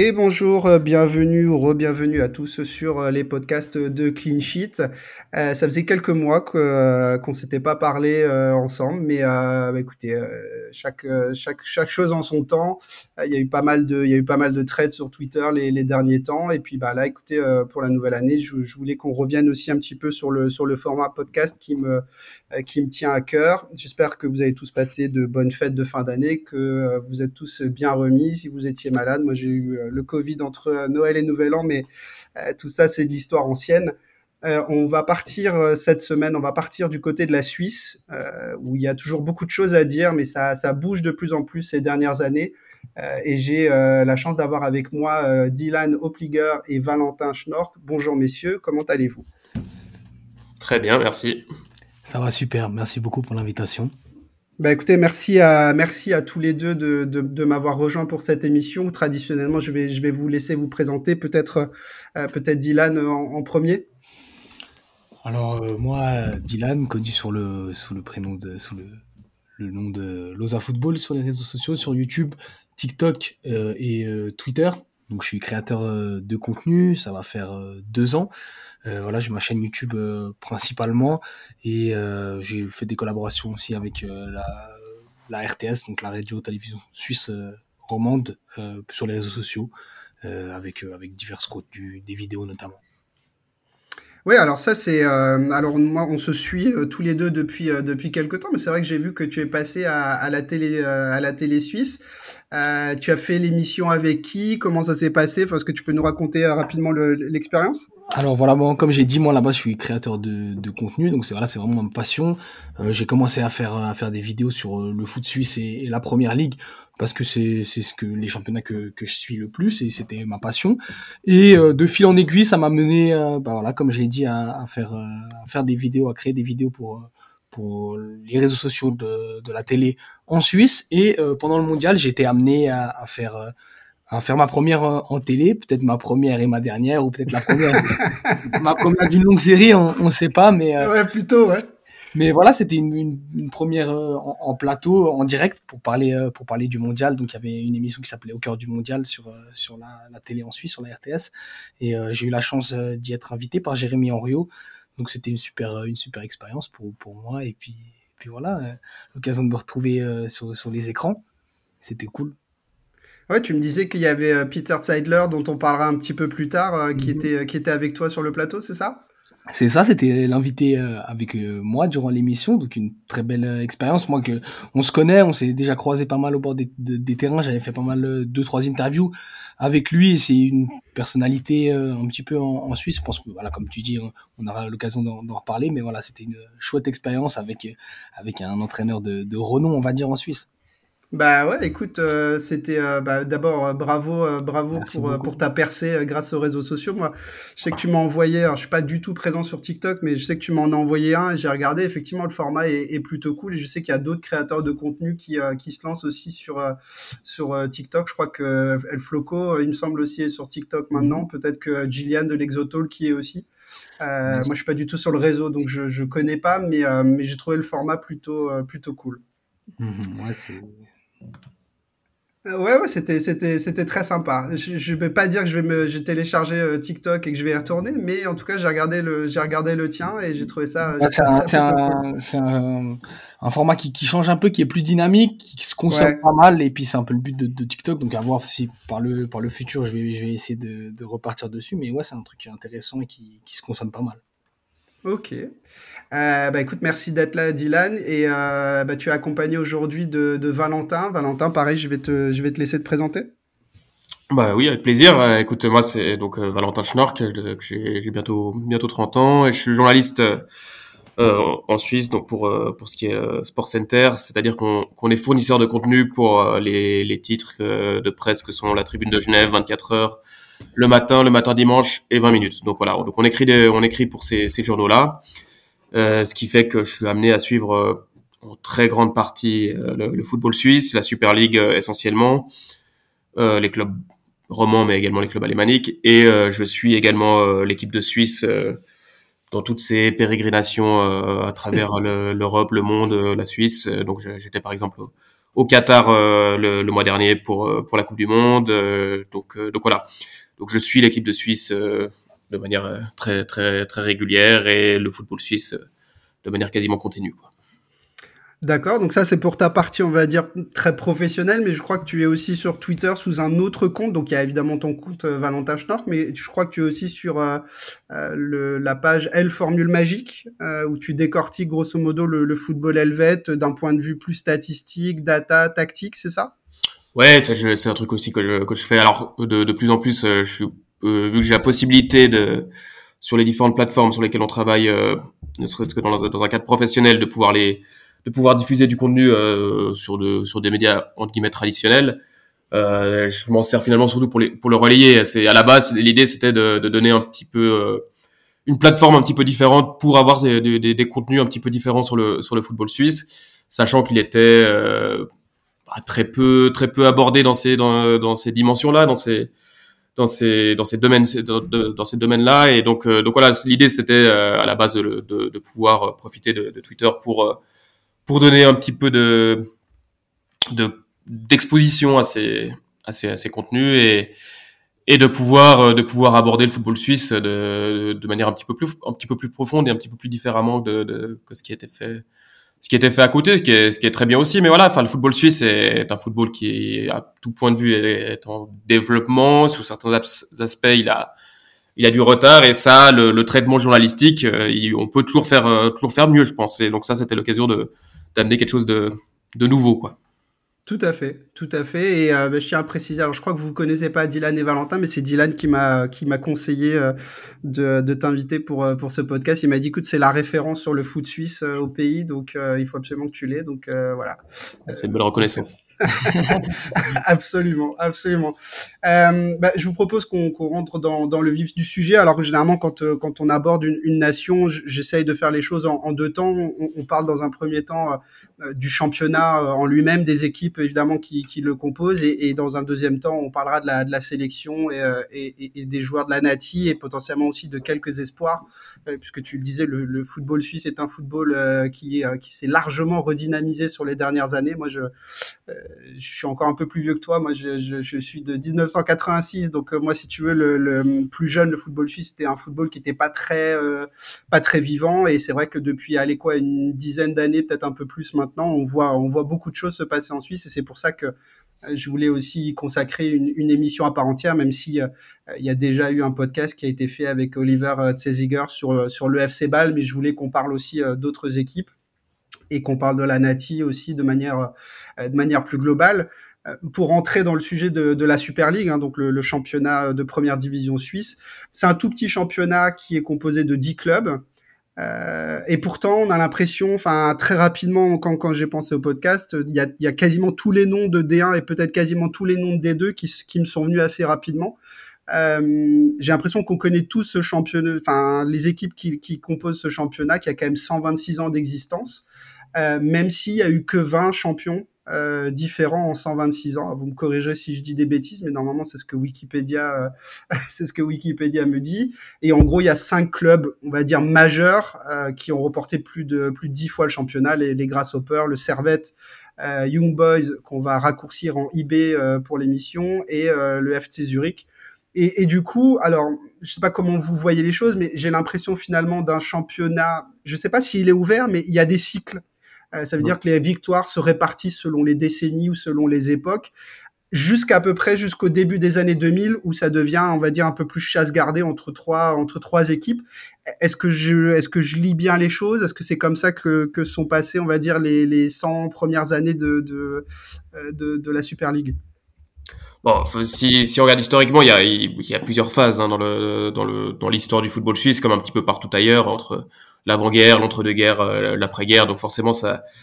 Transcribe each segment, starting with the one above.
Et bonjour, bienvenue ou re-bienvenue à tous sur les podcasts de Clean Sheet. Ça faisait quelques mois qu'on s'était pas parlé ensemble, mais écoutez, chaque chose en son temps. Il y a eu pas mal de trades sur Twitter les derniers temps. Et puis bah là, écoutez, pour la nouvelle année, je voulais qu'on revienne aussi un petit peu sur le format podcast qui me tient à cœur. J'espère que vous avez tous passé de bonnes fêtes de fin d'année, que vous êtes tous bien remis. Si vous étiez malade, moi j'ai eu le Covid entre Noël et Nouvel An, mais tout ça c'est de l'histoire ancienne. On va partir cette semaine, on va partir du côté de la Suisse, où il y a toujours beaucoup de choses à dire, mais ça bouge de plus en plus ces dernières années. Et j'ai la chance d'avoir avec moi Dylan Opliger et Valentin Schnork. Bonjour messieurs, comment allez-vous? Très bien, merci. Ça va super, merci beaucoup pour l'invitation. Bah écoutez, merci à tous les deux de m'avoir rejoint pour cette émission. Traditionnellement, je vais vous laisser vous présenter, peut-être Dylan en premier. Alors moi, Dylan, connu sous le nom de Loza Football sur les réseaux sociaux, sur YouTube, TikTok et Twitter. Donc je suis créateur de contenu, ça va faire 2 ans. Voilà, j'ai ma chaîne YouTube principalement et j'ai fait des collaborations aussi avec la RTS, donc la radio-télévision suisse romande, sur les réseaux sociaux, avec divers contenus, des vidéos notamment. Oui, alors ça c'est alors moi on se suit tous les deux depuis quelque temps, mais c'est vrai que j'ai vu que tu es passé à la télé suisse. Tu as fait l'émission avec qui? Comment ça s'est passé? Enfin, est-ce que tu peux nous raconter rapidement l'expérience? Alors voilà, bon, comme j'ai dit, moi là-bas, je suis créateur de contenu, donc c'est vraiment ma passion. J'ai commencé à faire des vidéos sur le foot suisse et la première ligue parce que c'est ce que les championnats que je suis le plus et c'était ma passion. Et de fil en aiguille, ça m'a mené, bah voilà, comme je l'ai dit, à faire des vidéos, à créer des vidéos pour les réseaux sociaux de la télé en Suisse. Et pendant le mondial, j'ai été amené à faire ma première en télé, peut-être ma première et ma dernière, ou peut-être ma première d'une longue série, on sait pas, Ouais, plutôt, ouais. mais voilà, c'était une première en plateau, en direct, pour parler du mondial. Donc il y avait une émission qui s'appelait Au cœur du mondial sur la télé en Suisse, sur la RTS, et j'ai eu la chance d'y être invité par Jérémy Henriot. Donc c'était une super expérience pour moi, et puis voilà, l'occasion de me retrouver sur les écrans, c'était cool. Ouais, tu me disais qu'il y avait Peter Zeidler, dont on parlera un petit peu plus tard, qui était avec toi sur le plateau, c'est ça? C'est ça, c'était l'invité avec moi durant l'émission, donc une très belle expérience. Moi que on se connaît, on s'est déjà croisé pas mal au bord des terrains. J'avais fait pas mal, 2-3 interviews avec lui, et c'est une personnalité un petit peu en Suisse. Je pense que voilà, comme tu dis, on aura l'occasion d'en reparler, mais voilà, c'était une chouette expérience avec un entraîneur de renom, on va dire, en Suisse. Bah ouais, écoute, c'était bah, d'abord bravo Merci pour beaucoup. ta percée grâce aux réseaux sociaux. Moi, je sais que tu m'as envoyé, alors je suis pas du tout présent sur TikTok, mais je sais que tu m'en as envoyé un et j'ai regardé. Effectivement, le format est plutôt cool et je sais qu'il y a d'autres créateurs de contenu qui se lancent aussi sur TikTok. Je crois que El Floco, il me semble aussi est sur TikTok maintenant. Mhm. Peut-être que Gillian de l'Exotol qui est aussi. Bien Moi, je sûr. suis pas du tout sur le réseau, donc je connais pas, mais j'ai trouvé le format plutôt cool. Mhm. Ouais, Ouais, c'était très sympa. Je vais pas dire que j'ai téléchargé TikTok et que je vais y retourner, mais en tout cas, j'ai regardé le tien et Ouais, j'ai trouvé ça plutôt cool. c'est un format qui change un peu, qui est plus dynamique, qui se consomme Ouais. pas mal, et puis c'est un peu le but de TikTok, donc à voir si par le futur je vais essayer de repartir dessus, mais ouais, c'est un truc qui est intéressant et qui se consomme pas mal. Ok. Bah écoute, merci d'être là, Dylan. Et bah, tu es accompagné aujourd'hui de Valentin. Valentin, pareil, je vais te laisser te présenter. Bah oui, avec plaisir. Écoute, moi c'est donc Valentin Schnork, que j'ai bientôt 30 ans et je suis journaliste en Suisse donc pour ce qui est Sport Center, c'est-à-dire qu'on est fournisseur de contenu pour les titres de presse que sont la Tribune de Genève, 24 heures, le matin dimanche et 20 minutes. Donc voilà, donc on écrit pour ces journaux-là. Ce qui fait que je suis amené à suivre en très grande partie le football suisse, la Super League essentiellement, les clubs romans mais également les clubs alémaniques, et je suis également l'équipe de Suisse dans toutes ces pérégrinations à travers l'Europe, le monde, la Suisse. Donc j'étais par exemple au Qatar le mois dernier pour la Coupe du Monde. Donc voilà. Donc je suis l'équipe de Suisse de manière très très très régulière et le football suisse de manière quasiment continue, quoi. D'accord, donc ça c'est pour ta partie, on va dire, très professionnelle, mais je crois que tu es aussi sur Twitter sous un autre compte, donc il y a évidemment ton compte Valentin Schnork, mais je crois que tu es aussi sur la page L Formule Magique, où tu décortiques grosso modo le football helvète d'un point de vue plus statistique, data, tactique, c'est ça? Ouais, ça, c'est un truc aussi que je fais. Alors de plus en plus, vu que j'ai la possibilité sur les différentes plateformes sur lesquelles on travaille, ne serait-ce que dans un cadre professionnel, de pouvoir diffuser du contenu sur des médias entre guillemets traditionnels. Je m'en sers finalement surtout pour le relayer. C'est à la base l'idée c'était de donner un petit peu une plateforme un petit peu différente pour avoir des contenus un petit peu différents sur le football suisse, sachant qu'il était très peu abordé dans ces dimensions-là, dans ces domaines dans ces domaines-là. Et donc voilà, l'idée c'était à la base de pouvoir profiter de Twitter pour donner un petit peu d'exposition à ces contenus et de pouvoir aborder le football suisse de manière un petit peu plus profonde et un petit peu plus différemment que ce qui était fait à côté, ce qui est très bien aussi. Mais voilà, enfin, le football suisse est un football qui, à tout point de vue, est en développement. Sous certains aspects, il a du retard. Et ça, le traitement journalistique, on peut toujours faire mieux, je pense. Et donc ça, c'était l'occasion d'amener quelque chose de nouveau, quoi. Tout à fait, tout à fait. Et je tiens à préciser, alors je crois que vous connaissez pas Dylan et Valentin, mais c'est Dylan qui m'a conseillé de t'inviter pour ce podcast. Il m'a dit, écoute, c'est la référence sur le foot suisse au pays, donc il faut absolument que tu l'aies. Donc voilà. C'est une belle reconnaissance. Absolument, absolument. Je vous propose qu'on rentre dans le vif du sujet. Alors généralement, quand on aborde une nation, j'essaye de faire les choses en deux temps. On parle dans un premier temps du championnat en lui-même, des équipes évidemment qui le composent, et dans un deuxième temps, on parlera de la sélection et des joueurs de la Nati et potentiellement aussi de quelques espoirs, puisque tu le disais, le football suisse est un football qui s'est largement redynamisé sur les dernières années. Moi, je suis encore un peu plus vieux que toi. Moi, je suis de 1986. Donc, moi, si tu veux, le plus jeune, le football suisse, c'était un football qui n'était pas très vivant. Et c'est vrai que depuis, allez, quoi, une dizaine d'années, peut-être un peu plus maintenant, on voit beaucoup de choses se passer en Suisse. Et c'est pour ça que je voulais aussi consacrer une émission à part entière, même si il y a déjà eu un podcast qui a été fait avec Oliver Zesiger sur le FC Bâle, mais je voulais qu'on parle aussi d'autres équipes et qu'on parle de la Nati aussi de manière plus globale. Pour rentrer dans le sujet de la Super League, hein, donc le championnat de première division suisse, c'est un tout petit championnat qui est composé de 10 clubs. Et pourtant, on a l'impression, enfin très rapidement, quand j'ai pensé au podcast, il y a quasiment tous les noms de D1 et peut-être quasiment tous les noms de D2 qui me sont venus assez rapidement. J'ai l'impression qu'on connaît tous ce championnat, enfin les équipes qui composent ce championnat, qui a quand même 126 ans d'existence, même s'il y a eu que 20 champions différents en 126 ans. Vous me corrigerez si je dis des bêtises, mais normalement c'est ce que Wikipédia c'est ce que Wikipédia me dit. Et en gros, il y a 5 clubs, on va dire majeurs, qui ont remporté plus de 10 fois le championnat, les Grasshoppers, le Servette, Young Boys, qu'on va raccourcir en IB pour l'émission, et le FC Zurich. Et du coup, alors, je sais pas comment vous voyez les choses, mais j'ai l'impression finalement d'un championnat, je sais pas s'il est ouvert, mais il y a des cycles. Ça veut dire que les victoires se répartissent selon les décennies ou selon les époques, jusqu'à peu près jusqu'au début des années 2000, où ça devient, on va dire, un peu plus chasse gardée entre trois équipes. Est-ce que je lis bien les choses? Est-ce que c'est comme ça que sont passées, on va dire, les 100 premières années de la Super League? Bon, si on regarde historiquement, il y a plusieurs phases hein, dans l'histoire du football suisse, comme un petit peu partout ailleurs, entre l'avant-guerre, l'entre-deux-guerres, l'après-guerre. Donc forcément,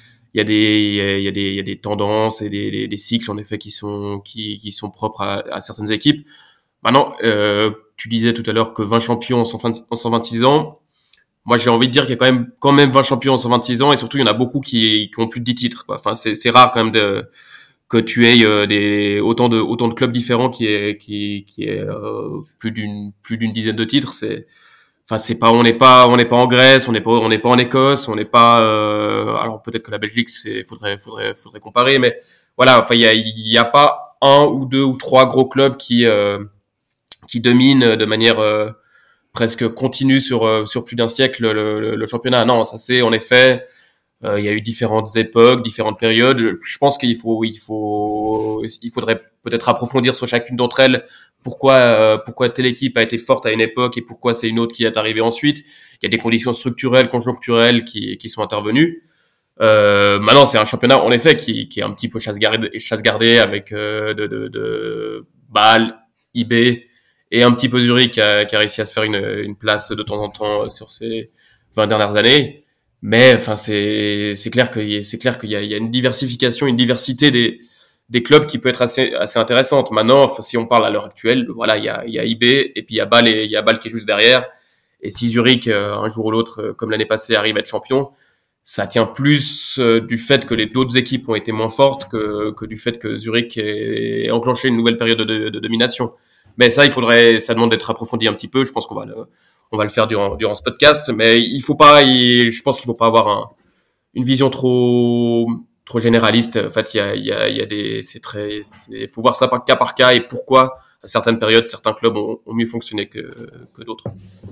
il y a des tendances et des cycles en effet qui sont propres à certaines équipes. Maintenant, tu disais tout à l'heure que 20 champions en 126 ans. Moi, j'ai envie de dire qu'il y a quand même 20 champions en 126 ans, et surtout il y en a beaucoup qui ont plus de 10 titres, quoi. Enfin, c'est rare quand même que tu aies autant de clubs différents qui aient plus d'une dizaine de titres. On n'est pas en Grèce, on n'est pas en Écosse, on n'est pas alors peut-être que la Belgique faudrait comparer, mais voilà, enfin il y a pas un ou deux ou trois gros clubs qui dominent de manière presque continue sur plus d'un siècle le championnat. Non, ça c'est en effet. Il y a eu différentes époques, différentes périodes. Je pense qu'il faudrait peut-être approfondir sur chacune d'entre elles pourquoi telle équipe a été forte à une époque et pourquoi c'est une autre qui est arrivée ensuite. Il y a des conditions structurelles, conjoncturelles qui sont intervenues. Maintenant, c'est un championnat en effet qui est un petit peu chasse gardée avec de Bâle, IB et un petit peu Zurich qui a réussi à se faire une place de temps en temps sur ces 20 dernières années. Mais enfin c'est clair qu'il y a une diversification, une diversité des clubs qui peut être assez intéressante. Maintenant, enfin, si on parle à l'heure actuelle, voilà, il y a IB et puis il y a Bâle qui est juste derrière. Et si Zurich un jour ou l'autre, comme l'année passée, arrive à être champion, ça tient plus du fait que les d'autres équipes ont été moins fortes que du fait que Zurich ait enclenché une nouvelle période de domination. Mais ça ça demande d'être approfondi un petit peu. Je pense on va le faire durant ce podcast, mais je pense qu'il faut pas avoir une vision trop généraliste. En fait, il y a faut voir ça par cas et pourquoi à certaines périodes, certains clubs ont mieux fonctionné que d'autres.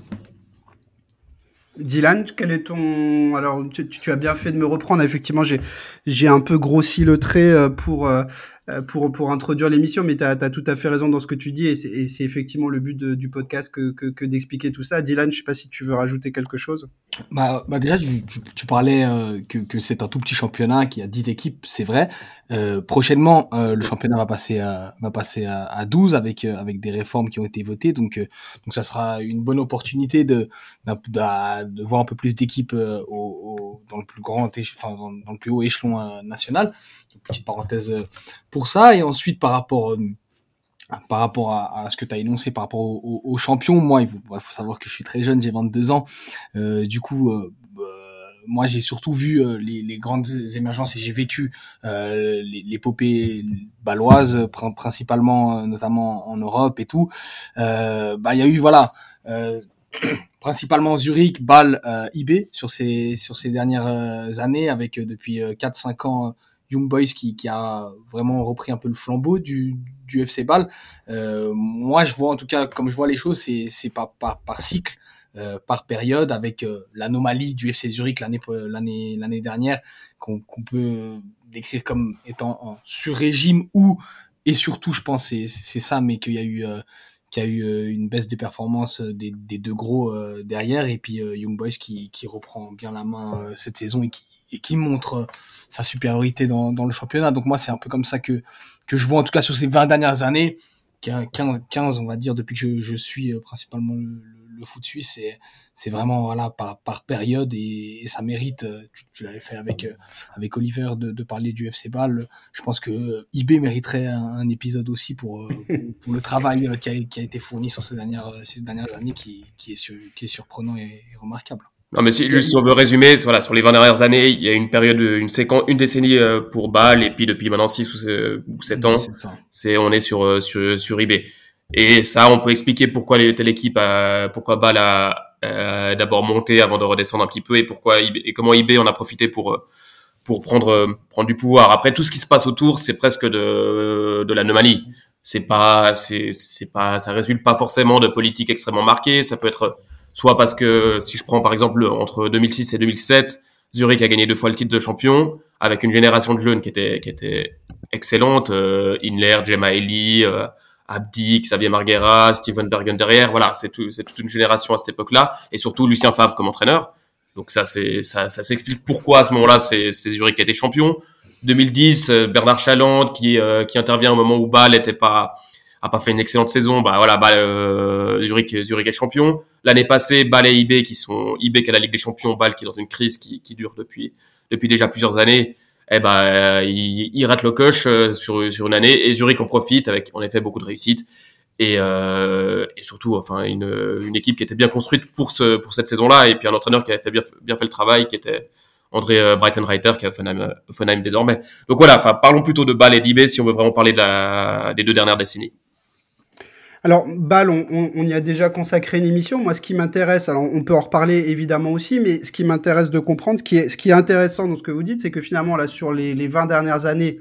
Dylan, quel est ton... Alors, tu as bien fait de me reprendre. Effectivement, j'ai un peu grossi le trait pour introduire l'émission, mais tu as tout à fait raison dans ce que tu dis, et c'est effectivement le but du podcast que d'expliquer tout ça. Dylan, je sais pas si tu veux rajouter quelque chose. Déjà, tu parlais que c'est un tout petit championnat qui a 10 équipes, c'est vrai. Prochainement, le championnat va passer à 12 avec des réformes qui ont été votées, donc ça sera une bonne opportunité de voir un peu plus d'équipes dans le plus grand, enfin dans le plus haut échelon national. Une petite parenthèse pour ça. Et ensuite, par rapport à ce que tu as énoncé par rapport aux champions, moi, il faut savoir que je suis très jeune, j'ai 22 ans. Du coup, moi, j'ai surtout vu les grandes émergences et j'ai vécu l'épopée bâloise, principalement, notamment en Europe et tout. Il y a eu, voilà, principalement Zurich, Bâle, IB sur ces dernières années, avec depuis 4-5 ans Young Boys qui a vraiment repris un peu le flambeau du FC Bâle. Moi, je vois, en tout cas, comme je vois les choses, c'est par cycle, par période, avec l'anomalie du FC Zurich l'année dernière, qu'on peut décrire comme étant en sur-régime, et surtout, je pense, c'est ça, mais qu'il y a eu une baisse de performance des deux gros derrière, et puis Young Boys qui reprend bien la main cette saison et qui montre sa supériorité dans le championnat. Donc moi, c'est un peu comme ça que je vois, en tout cas sur ces 20 dernières années, 15 on va dire, depuis que je suis principalement le foot suisse. C'est vraiment, voilà, par période, et ça mérite, tu l'avais fait avec Oliver, de parler du FC Bâle. Je pense que IB mériterait un épisode aussi pour le travail qui a été fourni sur ces dernières années, qui est surprenant et remarquable. Non, mais juste si on veut résumer, voilà, sur les 20 dernières années, il y a une période, une décennie pour Bâle, et puis depuis maintenant 6 ou 7 ans, on est sur IB. Et ça, on peut expliquer pourquoi telle équipe pourquoi Bâle a d'abord monté avant de redescendre un petit peu, et comment IB en a profité pour prendre du pouvoir. Après, tout ce qui se passe autour, c'est presque de l'anomalie. Ça résulte pas forcément de politique extrêmement marquée. Ça peut être soit parce que, si je prends par exemple entre 2006 et 2007, Zurich a gagné 2 fois le titre de champion avec une génération de jeunes qui était excellente, Inler, Gemayeli, Abdi, Xavier Marguera, Steven Bergen derrière. Voilà, c'est toute une génération à cette époque-là, et surtout Lucien Favre comme entraîneur. Donc ça s'explique pourquoi à ce moment-là c'est Zurich qui a été champion. 2010, Bernard Chaland qui intervient au moment où Bâle a pas fait une excellente saison. Bah voilà, Zurich est champion. L'année passée, Bâle et IB IB qui a la Ligue des Champions, Bâle qui est dans une crise qui dure depuis déjà plusieurs années. Il rate le coche sur une année, et Zurich en profite avec en effet beaucoup de réussite. Et surtout, enfin, une équipe qui était bien construite pour cette saison-là, et puis un entraîneur qui avait bien fait le travail, qui était André Breitenreiter, qui est à Offenheim désormais. Donc voilà, enfin, parlons plutôt de Bâle et d'IB si on veut vraiment parler des 2 dernières décennies. Alors, Bâle, on y a déjà consacré une émission. Moi, ce qui m'intéresse, alors on peut en reparler évidemment aussi, mais ce qui m'intéresse de comprendre, ce qui est intéressant dans ce que vous dites, c'est que finalement, là, sur les 20 dernières années,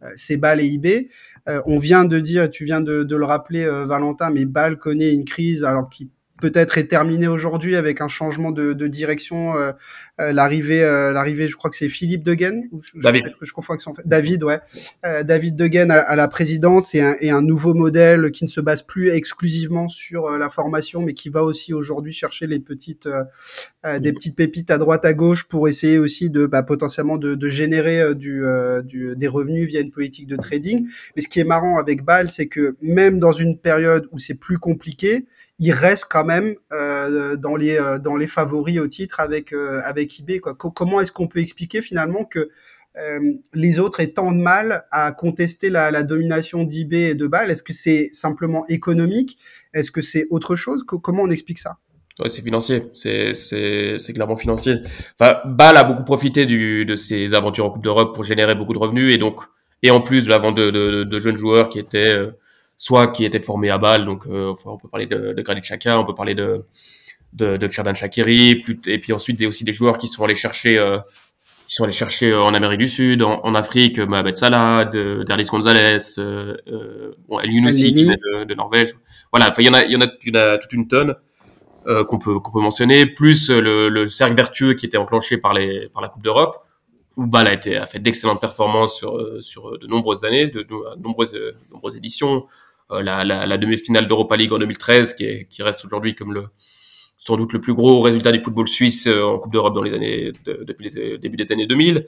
c'est Bâle et IB. On vient de dire, tu viens de le rappeler, Valentin, mais Bâle connaît une crise alors qui peut-être est terminée aujourd'hui avec un changement de direction, l'arrivée, je crois que c'est Philippe Deguenne, ou David. peut-être que je confonds avec son fait. David, ouais. David Deguenne à la présidence et un nouveau modèle qui ne se base plus exclusivement sur la formation, mais qui va aussi aujourd'hui chercher les des petites pépites à droite à gauche pour essayer aussi de potentiellement de générer des revenus via une politique de trading. Mais ce qui est marrant avec Bâle, c'est que même dans une période où c'est plus compliqué, il reste quand même dans les favoris au titre avec IB, quoi. Comment est-ce qu'on peut expliquer finalement que les autres aient tant de mal à contester la domination d'IB et de Bâle? Est-ce que c'est simplement économique? Est-ce que c'est autre chose? Comment on explique ça? Ouais, c'est financier, c'est clairement financier. Enfin, Bâle a beaucoup profité de ses aventures en Coupe d'Europe pour générer beaucoup de revenus et en plus de la vente de jeunes joueurs qui étaient soit qui étaient formés à Bâle, donc enfin, on peut parler de Granit Xhaka, on peut parler de Xherdan Shaqiri, et puis ensuite aussi des joueurs qui sont allés chercher en Amérique du Sud, en Afrique, Mohamed Salah, Derlis Gonzalez, El Younousi qui vient de Norvège. Voilà, enfin il y en a toute une tonne. Qu'on peut mentionner, plus le cercle vertueux qui était enclenché par la Coupe d'Europe, où Bâle a fait d'excellentes performances sur de nombreuses années, de nombreuses éditions. La demi-finale d'Europa League en 2013, qui reste aujourd'hui comme sans doute le plus gros résultat du football suisse en Coupe d'Europe depuis les débuts des années 2000.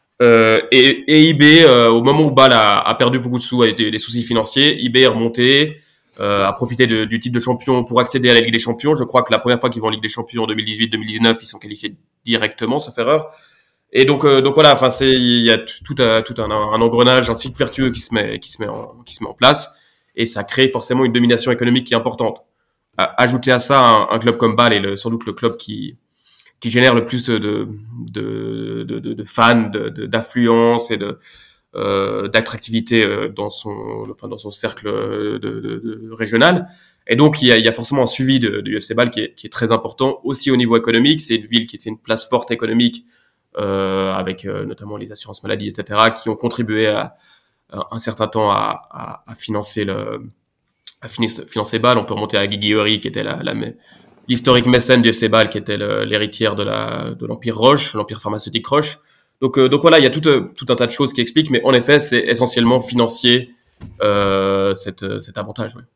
Et IB, au moment où Bâle a perdu beaucoup de sous, a été des soucis financiers, IB est remonté, a profité du titre de champion pour accéder à la Ligue des Champions. Je crois que la première fois qu'ils vont en Ligue des Champions en 2018-2019, ils sont qualifiés directement, sauf erreur. Et donc voilà, enfin il y a tout un engrenage, un cycle vertueux qui se met en place, et ça crée forcément une domination économique qui est importante. Ajouter à ça un club comme Bâle est sans doute le club qui génère le plus de fans, d'affluence et d'attractivité dans son cercle régional. Et donc il y a forcément un suivi du FC Bâle qui est très important aussi au niveau économique. C'est une ville c'est une place forte économique avec notamment les assurances maladie, etc., qui ont contribué à un certain temps à financer Bâle. On peut remonter à Guigui Heury, qui était l'historique mécène du FC Bâle, qui était l'héritière de l'Empire Roche, l'Empire pharmaceutique Roche. Donc voilà, il y a tout un tas de choses qui expliquent, mais en effet, c'est essentiellement financier cet avantage. Ouais.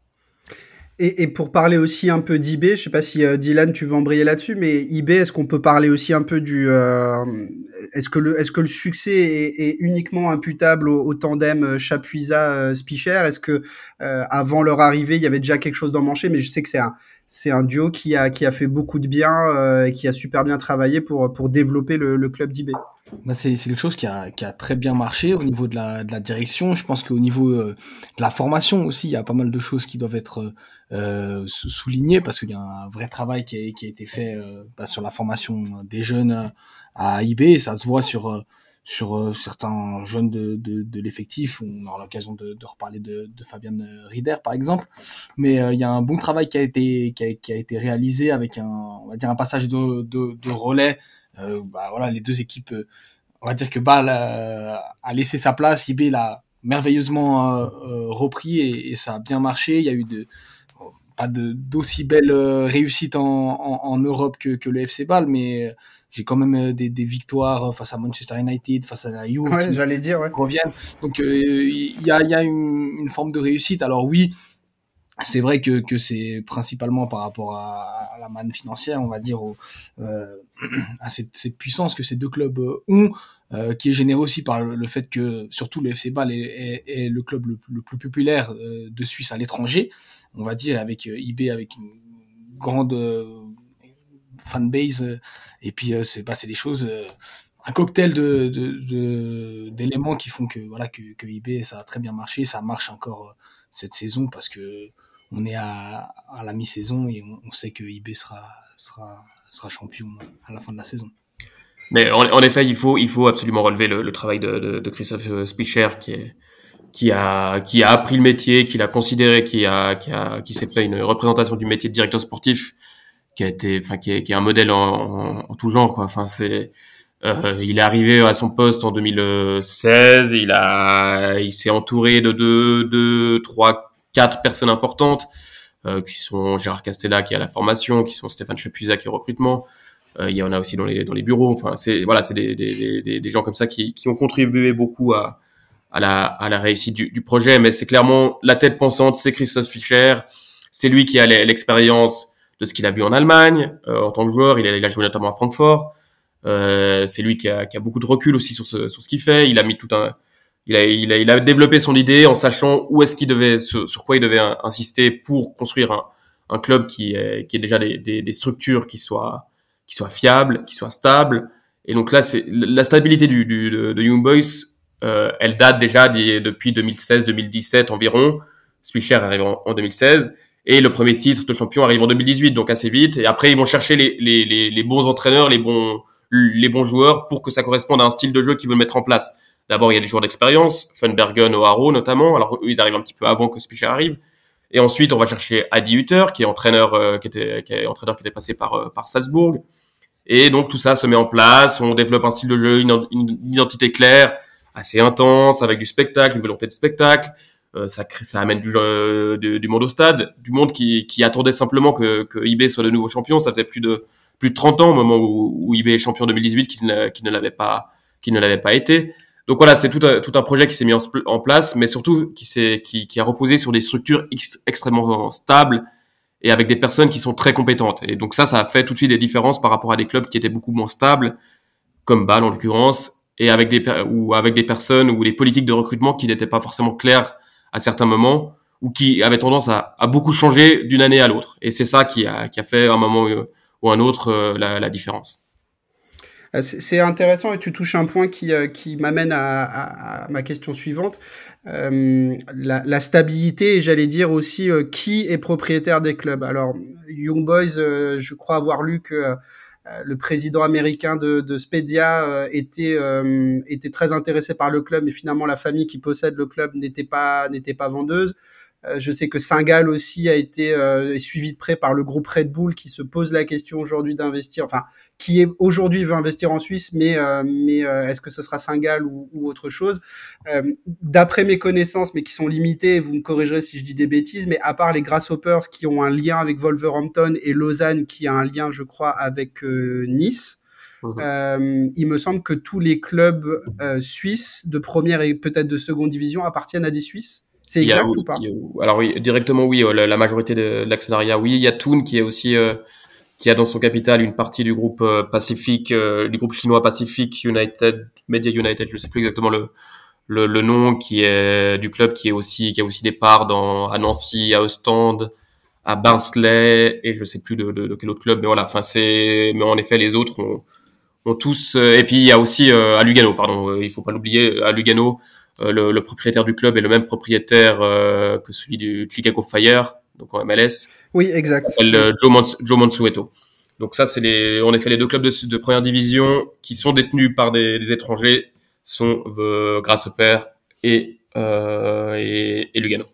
Et pour parler aussi un peu d'IB, je sais pas si Dylan tu veux embrayer là-dessus, mais IB, est-ce qu'on peut parler aussi un peu est-ce que le succès est uniquement imputable au tandem Chapuisat-Spicher? Est-ce que avant leur arrivée, il y avait déjà quelque chose d'emmanché? Mais je sais que c'est un duo qui a fait beaucoup de bien et qui a super bien travaillé pour développer le club d'IB. C'est quelque chose qui a très bien marché au niveau de la direction. Je pense qu'au niveau de la formation aussi, il y a pas mal de choses qui doivent être soulignées, parce qu'il y a un vrai travail qui a été fait sur la formation des jeunes à IB, et ça se voit sur certains jeunes de l'effectif. On aura l'occasion de reparler de Fabian Rieder par exemple, mais il y a un bon travail qui a été réalisé avec on va dire un passage de relais. Voilà, les deux équipes, on va dire que Bâle a laissé sa place, IB l'a merveilleusement repris, et ça a bien marché. Il y a eu pas d'aussi belles réussites en Europe que le FC Bâle, mais j'ai quand même des victoires face à Manchester United, face à la Juve, ouais, j'allais dire, ouais, reviennent. Donc il y a une forme de réussite. Alors oui, c'est vrai que c'est principalement par rapport à la manne financière, on va dire, à cette puissance que ces deux clubs ont, qui est générée aussi par le fait que surtout le FC Bâle est le club le plus populaire de Suisse à l'étranger, on va dire, avec IB avec une grande fanbase, et puis c'est des choses, un cocktail d'éléments qui font que voilà que IB ça a très bien marché, ça marche encore cette saison, parce que on est à la mi-saison et on sait que IB sera champion à la fin de la saison. Mais en effet, il faut absolument relever le travail de Christophe Spicher, qui a appris le métier, qui l'a considéré, qui s'est fait une représentation du métier de directeur sportif qui est un modèle en tout genre, quoi. Enfin, Il est arrivé à son poste en 2016. Il s'est entouré de deux, trois, quatre personnes importantes, qui sont Gérard Castella qui est à la formation, qui sont Stéphane Chapuisat qui est au recrutement. Il y en a aussi dans les bureaux. Enfin, c'est des gens comme ça qui ont contribué beaucoup à la réussite du projet. Mais c'est clairement la tête pensante, c'est Christophe Fischer. C'est lui qui a l'expérience de ce qu'il a vu en Allemagne en tant que joueur. Il a joué notamment à Francfort. C'est lui qui a beaucoup de recul aussi sur ce qu'il fait. Il a développé son idée en sachant où est-ce qu'il devait, sur quoi il devait insister pour construire un club qui est déjà des structures qui soient fiables, qui soient stables. Et donc là, c'est la stabilité de Young Boys. Elle date déjà depuis 2016-2017 environ. Swisher arrive en 2016. Et le premier titre de champion arrive en 2018, donc assez vite. Et après, ils vont chercher les bons entraîneurs, les bons joueurs pour que ça corresponde à un style de jeu qu'ils veulent mettre en place. D'abord, il y a des joueurs d'expérience, Funbergen au Haro notamment. Alors, eux, ils arrivent un petit peu avant que Swisher arrive. Et ensuite, on va chercher Adi Hütter, qui est entraîneur, qui était passé par Salzbourg. Et donc, tout ça se met en place. On développe un style de jeu, une identité claire, assez intense, avec du spectacle, une volonté de spectacle. Ça amène du monde au stade, du monde qui attendait simplement que IB soit de nouveau champion. Ça faisait plus de 30 ans au moment où IB est champion 2018 qui ne l'avait pas été. Donc voilà, c'est tout un projet qui s'est mis en place, mais surtout qui a reposé sur des structures extrêmement stables et avec des personnes qui sont très compétentes. Et donc ça a fait tout de suite des différences par rapport à des clubs qui étaient beaucoup moins stables, comme Bâle en l'occurrence, et avec des personnes ou des politiques de recrutement qui n'étaient pas forcément claires à certains moments ou qui avaient tendance à beaucoup changer d'une année à l'autre. Et c'est ça qui a fait à un moment ou un autre la différence. C'est intéressant et tu touches un point qui m'amène à ma question suivante. La stabilité et j'allais dire aussi qui est propriétaire des clubs. Alors, Young Boys, je crois avoir lu que le président américain de Spedia était très intéressé par le club, mais finalement la famille qui possède le club n'était pas vendeuse. Je sais que Saint-Gall aussi a été est suivi de près par le groupe Red Bull qui se pose la question aujourd'hui d'investir, enfin qui aujourd'hui veut investir en Suisse, mais est-ce que ce sera Saint-Gall ou autre chose d'après mes connaissances, mais qui sont limitées, vous me corrigerez si je dis des bêtises, mais à part les Grasshoppers qui ont un lien avec Wolverhampton et Lausanne qui a un lien, je crois, avec Nice. Il me semble que tous les clubs suisses de première et peut-être de seconde division appartiennent à des Suisses. C'est exact ou pas? Alors oui, directement oui, la majorité de l'actionnariat oui. Il y a Thun qui est aussi qui a dans son capital une partie du groupe Pacific, du groupe chinois Pacific United, Media United, je sais plus exactement le nom, qui est du club qui a aussi des parts à Nancy, à Ostende, à Barnsley et je sais plus de quel autre club, mais voilà. Enfin mais en effet les autres ont tous et puis il y a aussi à Lugano, pardon, il faut pas l'oublier, à Lugano. Le propriétaire du club est le même propriétaire que celui du Chicago Fire, donc en MLS. Oui, exact. Il s'appelle Joe Mansueto. Donc ça, c'est en effet les deux clubs de première division qui sont détenus par des étrangers sont Grasshopper et Lugano.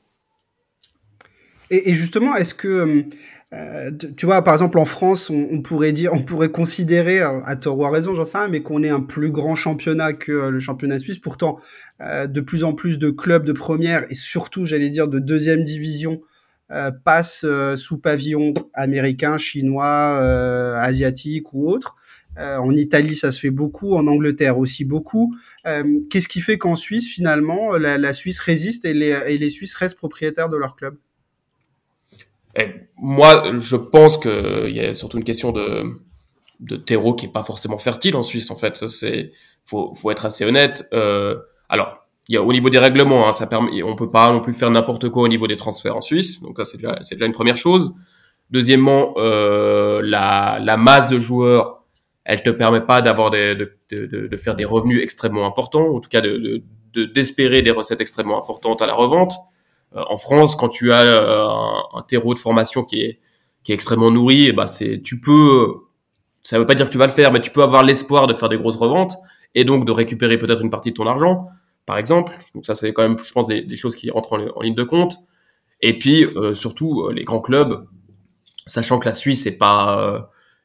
Et justement, est-ce que tu vois, par exemple, en France, on pourrait considérer, à tort ou à raison, j'en sais rien, mais qu'on est un plus grand championnat que le championnat suisse. Pourtant, de plus en plus de clubs de première et surtout, j'allais dire, de deuxième division passent sous pavillon américain, chinois, asiatique ou autre. En Italie, ça se fait beaucoup. En Angleterre aussi beaucoup. Qu'est-ce qui fait qu'en Suisse, finalement, la Suisse résiste et les Suisses restent propriétaires de leur club? Et moi, je pense qu'il y a surtout une question de terreau qui est pas forcément fertile en Suisse. En fait, faut être assez honnête. Alors, il y a au niveau des règlements, ça permet, on peut pas non plus faire n'importe quoi au niveau des transferts en Suisse. Donc ça, c'est déjà une première chose. Deuxièmement, la masse de joueurs, elle te permet pas d'avoir de faire des revenus extrêmement importants, en tout cas d'espérer des recettes extrêmement importantes à la revente. En France, quand tu as un terreau de formation qui est extrêmement nourri, et ça veut pas dire que tu vas le faire, mais tu peux avoir l'espoir de faire des grosses reventes et donc de récupérer peut-être une partie de ton argent, par exemple. Donc ça, c'est quand même, je pense, des choses qui rentrent en ligne de compte. Et puis surtout les grands clubs, sachant que la Suisse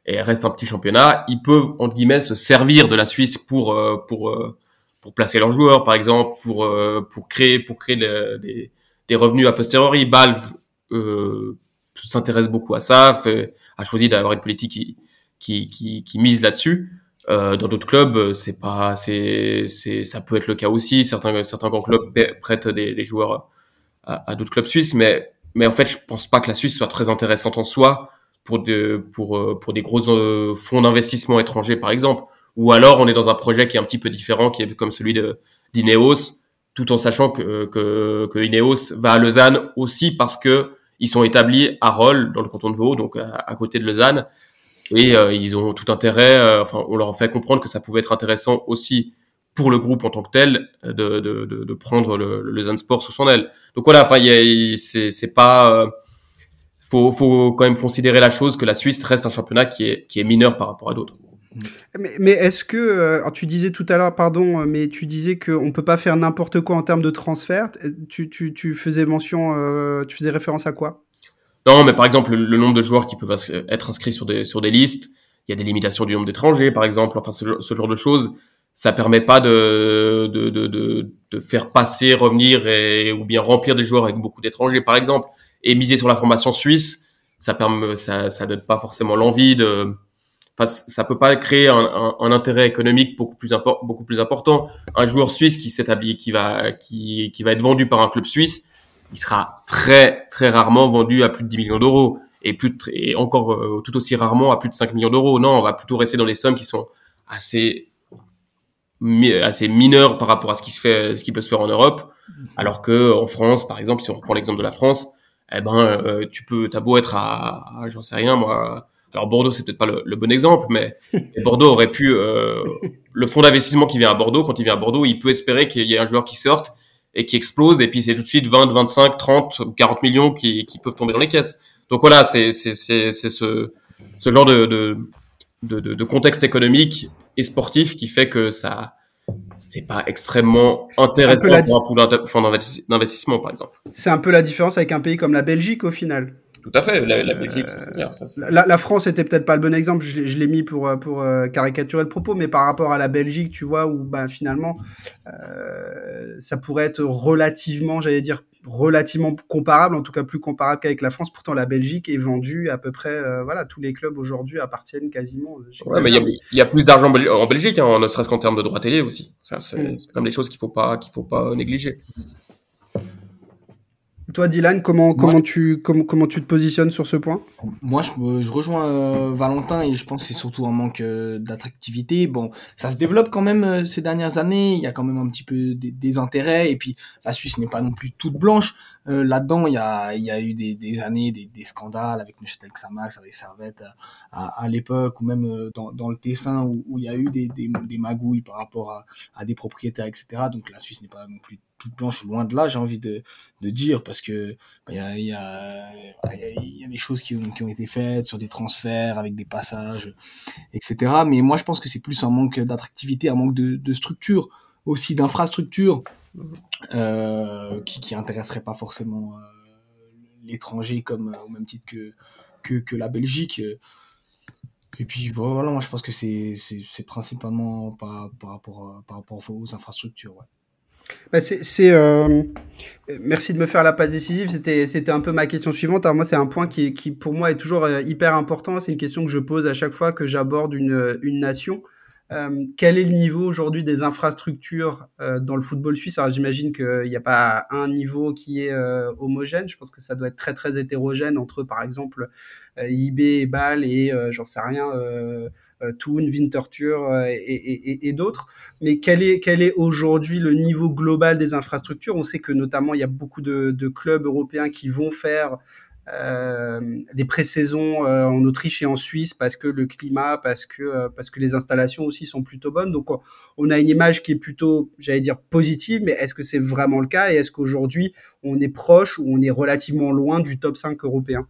et reste un petit championnat, ils peuvent entre guillemets se servir de la Suisse pour placer leurs joueurs, par exemple, pour créer des revenus a posteriori. Bâle s'intéresse beaucoup à ça, a choisi d'avoir une politique qui mise là-dessus. Dans d'autres clubs, ça peut être le cas aussi. Certains grands clubs prêtent des joueurs à d'autres clubs suisses, mais en fait, je pense pas que la Suisse soit très intéressante en soi pour des gros fonds d'investissement étrangers, par exemple. Ou alors, on est dans un projet qui est un petit peu différent, qui est comme celui d'Ineos, tout en sachant que Ineos va à Lausanne aussi parce que ils sont établis à Rolle, dans le canton de Vaud, donc à côté de Lausanne, et ils ont tout intérêt. Enfin, on leur a fait comprendre que ça pouvait être intéressant aussi pour le groupe en tant que tel de prendre le Lausanne Sport sous son aile. Donc voilà, enfin, c'est pas faut quand même considérer la chose que la Suisse reste un championnat qui est mineur par rapport à d'autres. Mais est-ce que, alors tu disais tout à l'heure, pardon, mais tu disais qu'on peut pas faire n'importe quoi en termes de transfert. Tu faisais mention, tu faisais référence à quoi? Non, mais par exemple, le nombre de joueurs qui peuvent être inscrits sur des listes, il y a des limitations du nombre d'étrangers, par exemple, enfin ce genre de choses, ça permet pas de faire passer, revenir ou bien remplir des joueurs avec beaucoup d'étrangers, par exemple, et miser sur la formation suisse, ça donne pas forcément l'envie enfin, ça peut pas créer un intérêt économique beaucoup plus important. Un joueur suisse qui s'établit, qui va être vendu par un club suisse, il sera très très rarement vendu à plus de 10 millions d'euros et encore tout aussi rarement à plus de 5 millions d'euros. Non, on va plutôt rester dans des sommes qui sont assez mineures par rapport à ce qui peut se faire en Europe, alors que en France, par exemple, si on reprend l'exemple de la France, eh ben t'as beau être j'en sais rien moi. Alors Bordeaux, c'est peut-être pas le bon exemple, mais Bordeaux aurait pu le fonds d'investissement qui vient à Bordeaux, quand il vient à Bordeaux, il peut espérer qu'il y ait un joueur qui sorte et qui explose, et puis c'est tout de suite 20, 25, 30 ou 40 millions qui peuvent tomber dans les caisses. Donc voilà, c'est ce genre de contexte économique et sportif qui fait que c'est pas extrêmement intéressant pour un fonds d'investissement, par exemple. C'est un peu la différence avec un pays comme la Belgique, au final. Tout à fait, la Belgique, c'est bien. La France était peut-être pas le bon exemple, je l'ai mis pour caricaturer le propos, mais par rapport à la Belgique, tu vois, où finalement, ça pourrait être relativement comparable, en tout cas plus comparable qu'avec la France. Pourtant, la Belgique est vendue à peu près, tous les clubs aujourd'hui appartiennent quasiment. Ouais, mais il y a plus d'argent en Belgique, hein, ne serait-ce qu'en termes de droits télé aussi. Ça, c'est comme des choses qu'il faut pas négliger. Toi, Dylan, comment tu te positionnes sur ce point? Moi, je rejoins Valentin, et je pense que c'est surtout un manque d'attractivité. Bon, ça se développe quand même ces dernières années. Il y a quand même un petit peu des intérêts, et puis la Suisse n'est pas non plus toute blanche. Là-dedans, il y a eu des années, des scandales avec Neuchâtel Xamax, avec Servette à l'époque, ou même dans le Tessin, où il y a eu des magouilles par rapport à des propriétaires, etc. Donc la Suisse n'est pas non plus toute blanche, loin de là, j'ai envie de dire, parce que il y a des choses qui ont été faites sur des transferts avec des passages, etc. Mais moi, je pense que c'est plus un manque d'attractivité, un manque de structure, aussi d'infrastructure, qui intéresserait pas forcément l'étranger, comme au même titre que la Belgique. Et puis voilà, moi je pense que c'est principalement par rapport aux infrastructures. Ouais. Merci de me faire la passe décisive. C'était un peu ma question suivante. Alors moi, c'est un point qui pour moi est toujours hyper important. C'est une question que je pose à chaque fois que j'aborde une nation. Quel est le niveau aujourd'hui des infrastructures dans le football suisse? Alors j'imagine qu'il n'y a pas un niveau qui est homogène. Je pense que ça doit être très très hétérogène entre, par exemple, IB et Bâle et j'en sais rien, Thun, Winterthur et d'autres. Mais quel est aujourd'hui le niveau global des infrastructures? On sait que notamment il y a beaucoup de clubs européens qui vont faire des pré-saisons en Autriche et en Suisse parce que le climat, parce que les installations aussi sont plutôt bonnes. Donc on a une image qui est plutôt, j'allais dire, positive, mais est-ce que c'est vraiment le cas, et est-ce qu'aujourd'hui on est proche ou on est relativement loin du top 5 européen?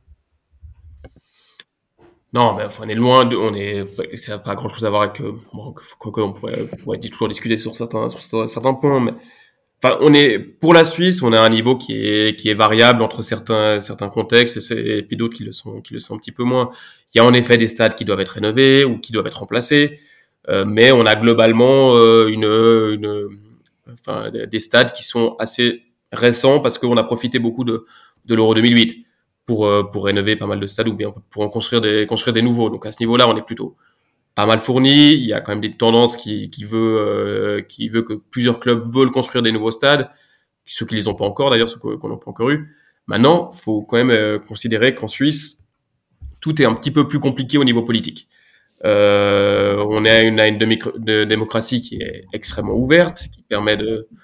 Non, mais enfin, on est loin ça n'a pas grand chose à voir avec, on pourrait toujours discuter sur certains points, mais enfin, pour la Suisse, on a un niveau qui est variable entre certains contextes et puis d'autres qui le sont un petit peu moins. Il y a en effet des stades qui doivent être rénovés ou qui doivent être remplacés, mais on a globalement enfin, des stades qui sont assez récents parce qu'on a profité beaucoup de l'Euro 2008 pour rénover pas mal de stades ou bien pour en construire des nouveaux. Donc à ce niveau-là, on est plutôt pas mal fourni. Il y a quand même des tendances qui veut que plusieurs clubs veulent construire des nouveaux stades, ceux qui les ont pas encore d'ailleurs, ceux qu'on n'a pas encore eu. Maintenant, faut quand même considérer qu'en Suisse, tout est un petit peu plus compliqué au niveau politique. On a une démocratie qui est extrêmement ouverte, qui permet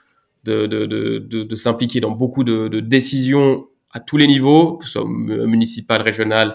de s'impliquer dans beaucoup de décisions à tous les niveaux, que ce soit municipal, régional,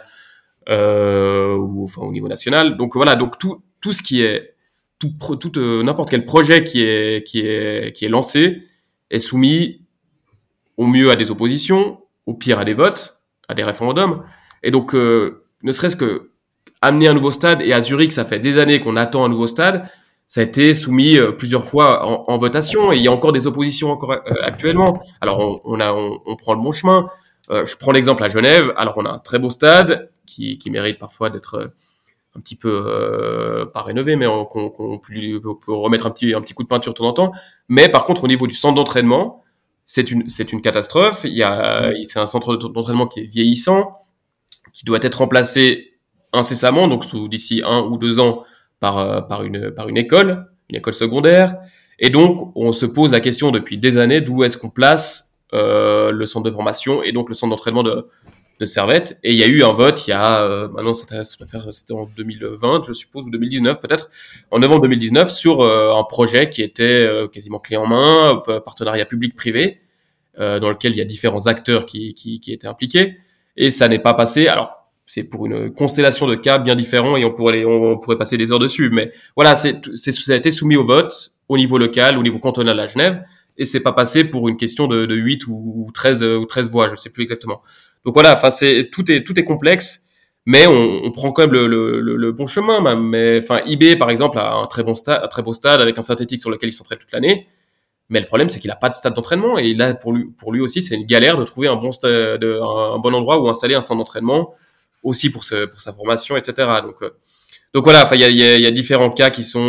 ou enfin au niveau national. Donc voilà, donc tout ce qui est n'importe quel projet qui est lancé est soumis au mieux à des oppositions, au pire à des votes, à des référendums. Et donc ne serait-ce que amener un nouveau stade, et à Zurich ça fait des années qu'on attend un nouveau stade, ça a été soumis plusieurs fois en votation, et il y a encore des oppositions encore actuellement. Alors on prend le bon chemin. Je prends l'exemple à Genève. Alors on a un très beau stade qui mérite parfois d'être un petit peu pas rénové, mais qu'on peut remettre un petit coup de peinture de temps en temps. Mais par contre, au niveau du centre d'entraînement, c'est une catastrophe. C'est un centre d'entraînement qui est vieillissant, qui doit être remplacé incessamment, donc d'ici 1 ou 2 ans par une école secondaire. Et donc, on se pose la question depuis des années d'où est-ce qu'on place le centre de formation et donc le centre d'entraînement de Servette. Et il y a eu un vote, maintenant c'était en 2020, je suppose, ou 2019 peut-être, en novembre 2019, sur un projet qui était quasiment clé en main, partenariat public-privé, dans lequel il y a différents acteurs qui étaient impliqués. Et ça n'est pas passé. Alors, c'est pour une constellation de cas bien différents et on pourrait passer des heures dessus. Mais voilà, ça a été soumis au vote au niveau local, au niveau cantonal à Genève, et c'est pas passé pour une question de 8 ou 13 voix, je ne sais plus exactement. Donc voilà, enfin tout est complexe, mais on prend quand même le bon chemin. Même. Mais enfin, IB par exemple a un très beau stade avec un synthétique sur lequel il s'entraîne toute l'année. Mais le problème, c'est qu'il a pas de stade d'entraînement, et là pour lui aussi, c'est une galère de trouver un bon endroit où installer un centre d'entraînement, aussi pour sa formation, etc. Donc voilà, enfin il y a différents cas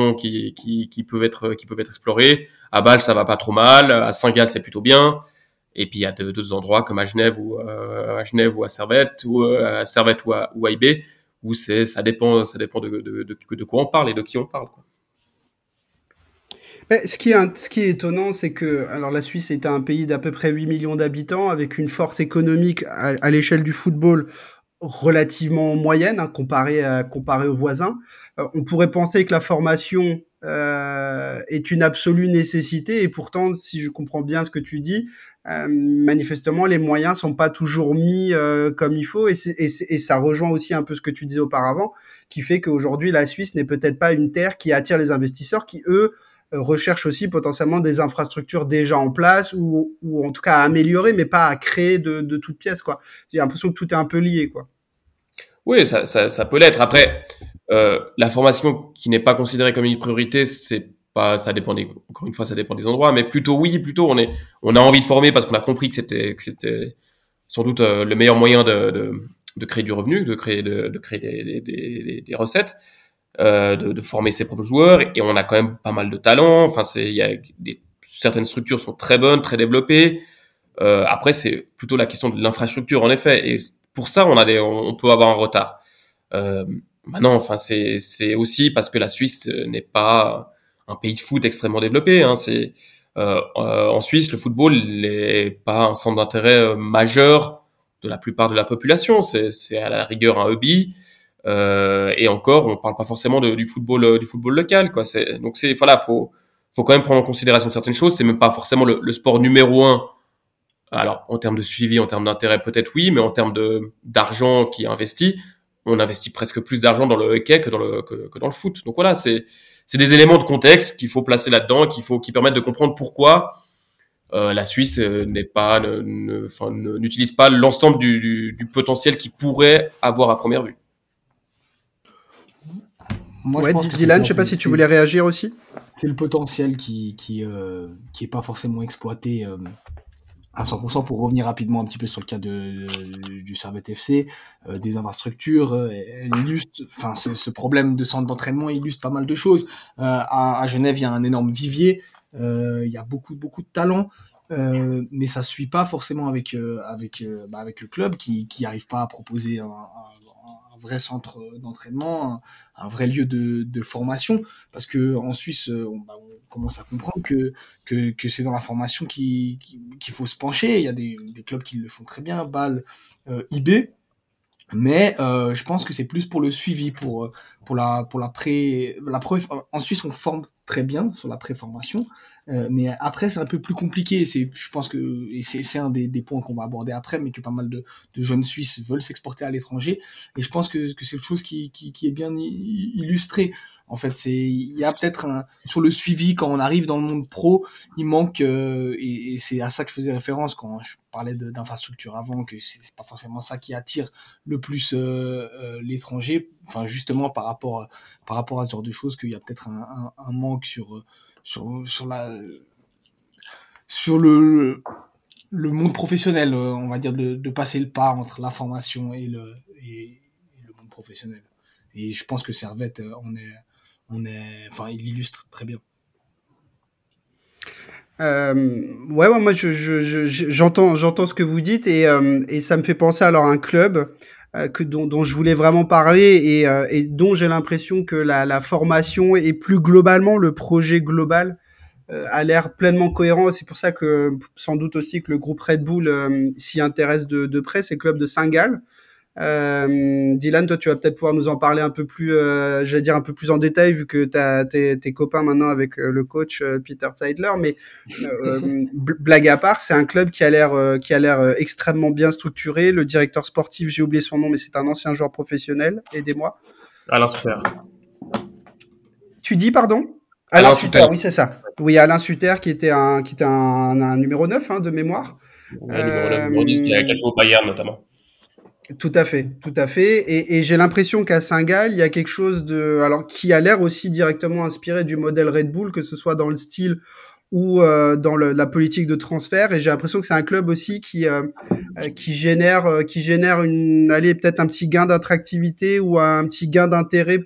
qui peuvent être explorés. À Bâle, ça va pas trop mal. À Saint-Gall, c'est plutôt bien. Et puis il y a d'autres endroits comme à Genève ou à Servette ou à IB où ça dépend de quoi on parle et de qui on parle, quoi. Mais ce qui est étonnant, c'est que alors la Suisse est un pays d'à peu près 8 millions d'habitants, avec une force économique à l'échelle du football relativement moyenne, hein, comparé aux voisins. On pourrait penser que la formation est une absolue nécessité, et pourtant, si je comprends bien ce que tu dis, manifestement, les moyens sont pas toujours mis comme il faut, et ça rejoint aussi un peu ce que tu disais auparavant, qui fait qu'aujourd'hui, la Suisse n'est peut-être pas une terre qui attire les investisseurs qui, eux, recherchent aussi potentiellement des infrastructures déjà en place, ou en tout cas à améliorer, mais pas à créer de toutes pièces, quoi. J'ai l'impression que tout est un peu lié, quoi. Oui, ça peut l'être. Après, la formation qui n'est pas considérée comme une priorité, c'est pas, encore une fois, ça dépend des endroits, mais plutôt on a envie de former parce qu'on a compris que c'était sans doute le meilleur moyen de créer du revenu, de créer des recettes, de former ses propres joueurs, et on a quand même pas mal de talents. Enfin, certaines structures sont très bonnes, très développées. Après, c'est plutôt la question de l'infrastructure, en effet. Et pour ça, on peut avoir un retard. Maintenant, enfin, c'est aussi parce que la Suisse n'est pas un pays de foot extrêmement développé. Hein. En Suisse, le football n'est pas un centre d'intérêt majeur de la plupart de la population. C'est à la rigueur un hobby. Et encore, on parle pas forcément du football local, quoi. Voilà, faut quand même prendre en considération certaines choses. C'est même pas forcément le sport numéro un. Alors, en termes de suivi, en termes d'intérêt, peut-être oui, mais en termes d'argent qui est investi, on investit presque plus d'argent dans le hockey que dans le foot. Donc voilà, c'est des éléments de contexte qu'il faut placer là-dedans, qui permettent de comprendre pourquoi la Suisse n'utilise pas l'ensemble du potentiel qu'il pourrait avoir à première vue. Moi, je Ouais, pense que c'est Dylan, ça. je sais pas si tu voulais réagir aussi. C'est le potentiel qui est pas forcément exploité à 100%. Pour revenir rapidement un petit peu sur le cas du Servette FC, des infrastructures, elle illustre, enfin, ce problème de centre d'entraînement illustre pas mal de choses. À Genève, il y a un énorme vivier, il y a beaucoup de talent. Mais ça suit pas forcément avec le club qui arrive pas à proposer un vrai centre d'entraînement, un vrai lieu de formation, parce que en Suisse, on commence à comprendre que c'est dans la formation qu'il faut se pencher. Il y a des clubs qui le font très bien, Bâle, IB, mais je pense que c'est plus pour le suivi, pour la pré, en Suisse on forme très bien sur la préformation, mais après c'est un peu plus compliqué. Je pense que et c'est un des points qu'on va aborder après, mais que pas mal de jeunes Suisses veulent s'exporter à l'étranger, et je pense que c'est quelque chose qui est bien illustré. En fait, il y a peut-être sur le suivi quand on arrive dans le monde pro, il manque et c'est à ça que je faisais référence quand je parlais d'infrastructure avant, que c'est pas forcément ça qui attire le plus l'étranger, enfin justement par rapport à ce genre de choses, qu'il y a peut-être un manque sur la sur le monde professionnel, on va dire de passer le pas entre la formation et le monde professionnel. Et je pense que Servette enfin il l'illustre très bien. Ouais, moi j'entends ce que vous dites et ça me fait penser alors à un club dont je voulais vraiment parler et dont j'ai l'impression que la formation et plus globalement le projet global a l'air pleinement cohérent. C'est pour ça que sans doute aussi que le groupe Red Bull s'y intéresse de près. C'est le club de Saint-Gall. Dylan, toi, tu vas peut-être pouvoir nous en parler un peu plus, j'allais dire un peu plus en détail, vu que t'as tes copains maintenant avec le coach Peter Zeidler. Mais blague à part, c'est un club qui a l'air extrêmement bien structuré. Le directeur sportif, j'ai oublié son nom, mais c'est un ancien joueur professionnel. Aidez-moi. Alain Suter. Tu dis pardon? Alain Alain Suter, Suter. oui, c'est ça. Oui, Alain Suter qui était un numéro 9 hein, de mémoire. Ouais, numéro 9, numéro 10, qui a joué au Bayern notamment. Tout à fait, tout à fait. Et j'ai l'impression qu'à Saint-Gall, il y a quelque chose alors qui a l'air aussi directement inspiré du modèle Red Bull, que ce soit dans le style ou dans la politique de transfert. Et j'ai l'impression que c'est un club aussi qui génère allez, peut-être un petit gain d'attractivité ou un petit gain d'intérêt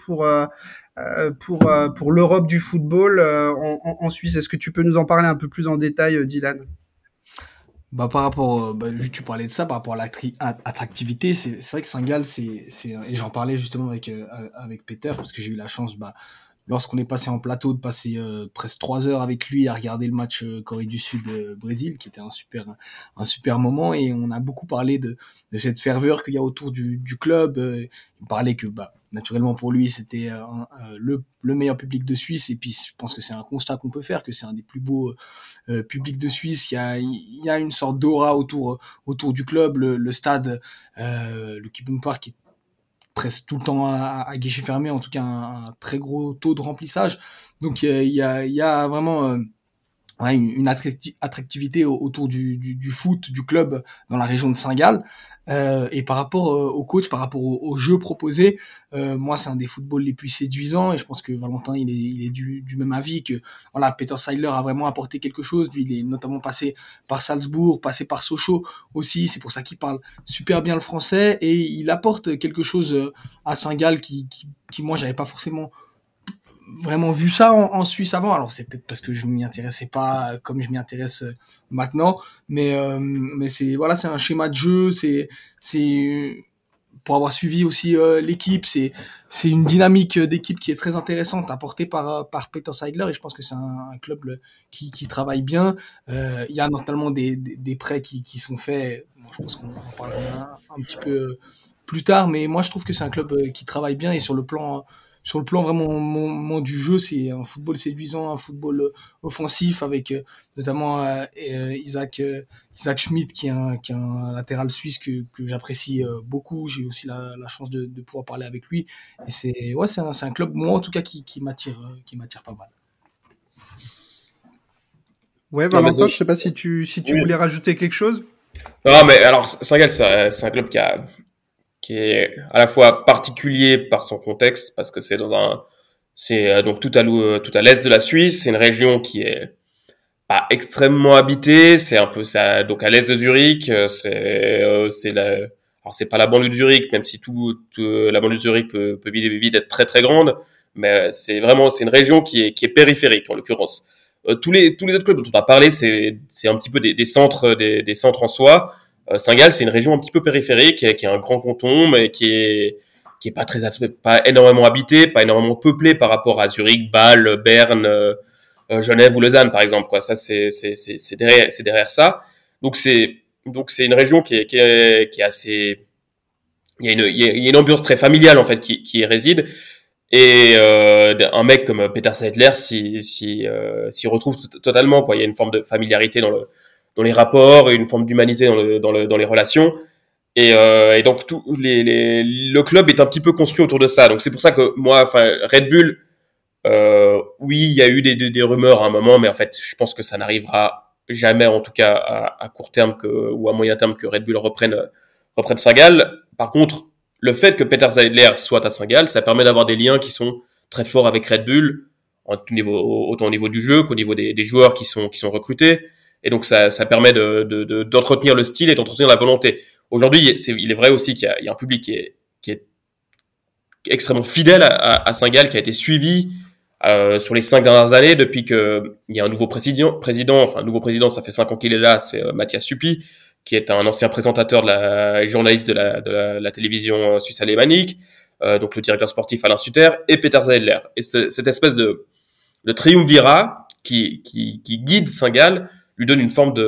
pour l'Europe du football en Suisse. Est-ce que tu peux nous en parler un peu plus en détail, Dylan? Bah, par rapport, vu que tu parlais de ça, par rapport à l'attractivité, c'est vrai que Saint-Gall, et j'en parlais justement avec Peter, parce que j'ai eu la chance, bah, lorsqu'on est passé en plateau, de passer presque 3 heures avec lui à regarder le match Corée du Sud-Brésil, qui était un super moment, et on a beaucoup parlé de cette ferveur qu'il y a autour du club. Il parlait que, bah, naturellement pour lui, c'était le meilleur public de Suisse, et puis je pense que c'est un constat qu'on peut faire, que c'est un des plus beaux publics de Suisse. Il y a une sorte d'aura autour du club, le stade, le Kibung Park, qui est presque tout le temps à guichet fermé, en tout cas un très gros taux de remplissage. Donc il y a vraiment ouais, une attractivité autour du foot, du club dans la région de Saint-Gall. Et par rapport au coach, par rapport au jeu proposé, moi c'est un des footballs les plus séduisants, et je pense que Valentin il est du même avis, que voilà, Peter Seidler a vraiment apporté quelque chose. Lui, il est notamment passé par Salzbourg, passé par Sochaux aussi, c'est pour ça qu'il parle super bien le français, et il apporte quelque chose à Saint-Gall qui moi j'avais pas forcément vraiment vu ça en Suisse avant. Alors c'est peut-être parce que je m'y intéressais pas comme je m'y intéresse maintenant, mais c'est voilà, c'est un schéma de jeu, c'est pour avoir suivi aussi l'équipe, c'est une dynamique d'équipe qui est très intéressante, apportée par Peter Seidler, et je pense que c'est un club qui travaille bien. Il y a notamment des prêts qui sont faits. Bon, je pense qu'on en parlera un petit peu plus tard, mais moi je trouve que c'est un club qui travaille bien, et sur le plan vraiment du jeu, c'est un football séduisant, un football offensif, avec notamment Isaac Schmidt, qui est un latéral suisse que j'apprécie beaucoup. J'ai aussi la chance de pouvoir parler avec lui, et c'est un club, moi en tout cas, qui m'attire pas mal. Ouais, Non, mais Valentin, je sais pas si tu oui. voulais rajouter quelque chose. Non, mais alors, Saint-Gall, c'est un club qui est à la fois particulier par son contexte, parce que c'est dans C'est donc tout à l'est de la Suisse. C'est une région qui est pas extrêmement habitée. C'est un peu ça. Donc à l'est de Zurich, c'est la. Alors c'est pas la banlieue de Zurich, même si la banlieue de Zurich peut vite être très très grande. Mais c'est une région qui est périphérique en l'occurrence. Tous les autres clubs dont on a parlé, c'est un petit peu des centres des centres en soi. Saint-Gall, c'est une région un petit peu périphérique, qui est un grand canton, mais qui est pas énormément habité, pas énormément peuplé par rapport à Zurich, Bâle, Berne, Genève ou Lausanne par exemple. Quoi, ça c'est derrière ça. Donc c'est une région qui est assez. Il y a une ambiance très familiale en fait qui y réside. Et un mec comme Peter Seidler s'y retrouve totalement. Quoi, il y a une forme de familiarité dans les rapports, et une forme d'humanité dans les relations. Et donc le club est un petit peu construit autour de ça. Donc c'est pour ça que moi, enfin Red Bull, oui, il y a eu des rumeurs à un moment, mais en fait, je pense que ça n'arrivera jamais, en tout cas à court terme ou à moyen terme, que Red Bull reprenne Saint-Gall. Par contre, le fait que Peter Seidler soit à Saint-Gall, ça permet d'avoir des liens qui sont très forts avec Red Bull, autant au niveau du jeu qu'au niveau des joueurs qui sont recrutés. Et donc ça permet d'entretenir le style et d'entretenir la volonté. Aujourd'hui, il est vrai aussi qu'il y a un public qui est extrêmement fidèle à Saint-Gall, qui a été suivi sur les 5 dernières années, depuis que il y a un nouveau enfin un nouveau président, ça fait 5 ans qu'il est là, c'est Mathias Suppi, qui est un ancien présentateur journaliste de la télévision suisse alémanique, donc le directeur sportif Alain Suter, et Peter Seidler. Et cette espèce de triumvirat qui guide Saint-Gall lui donne une forme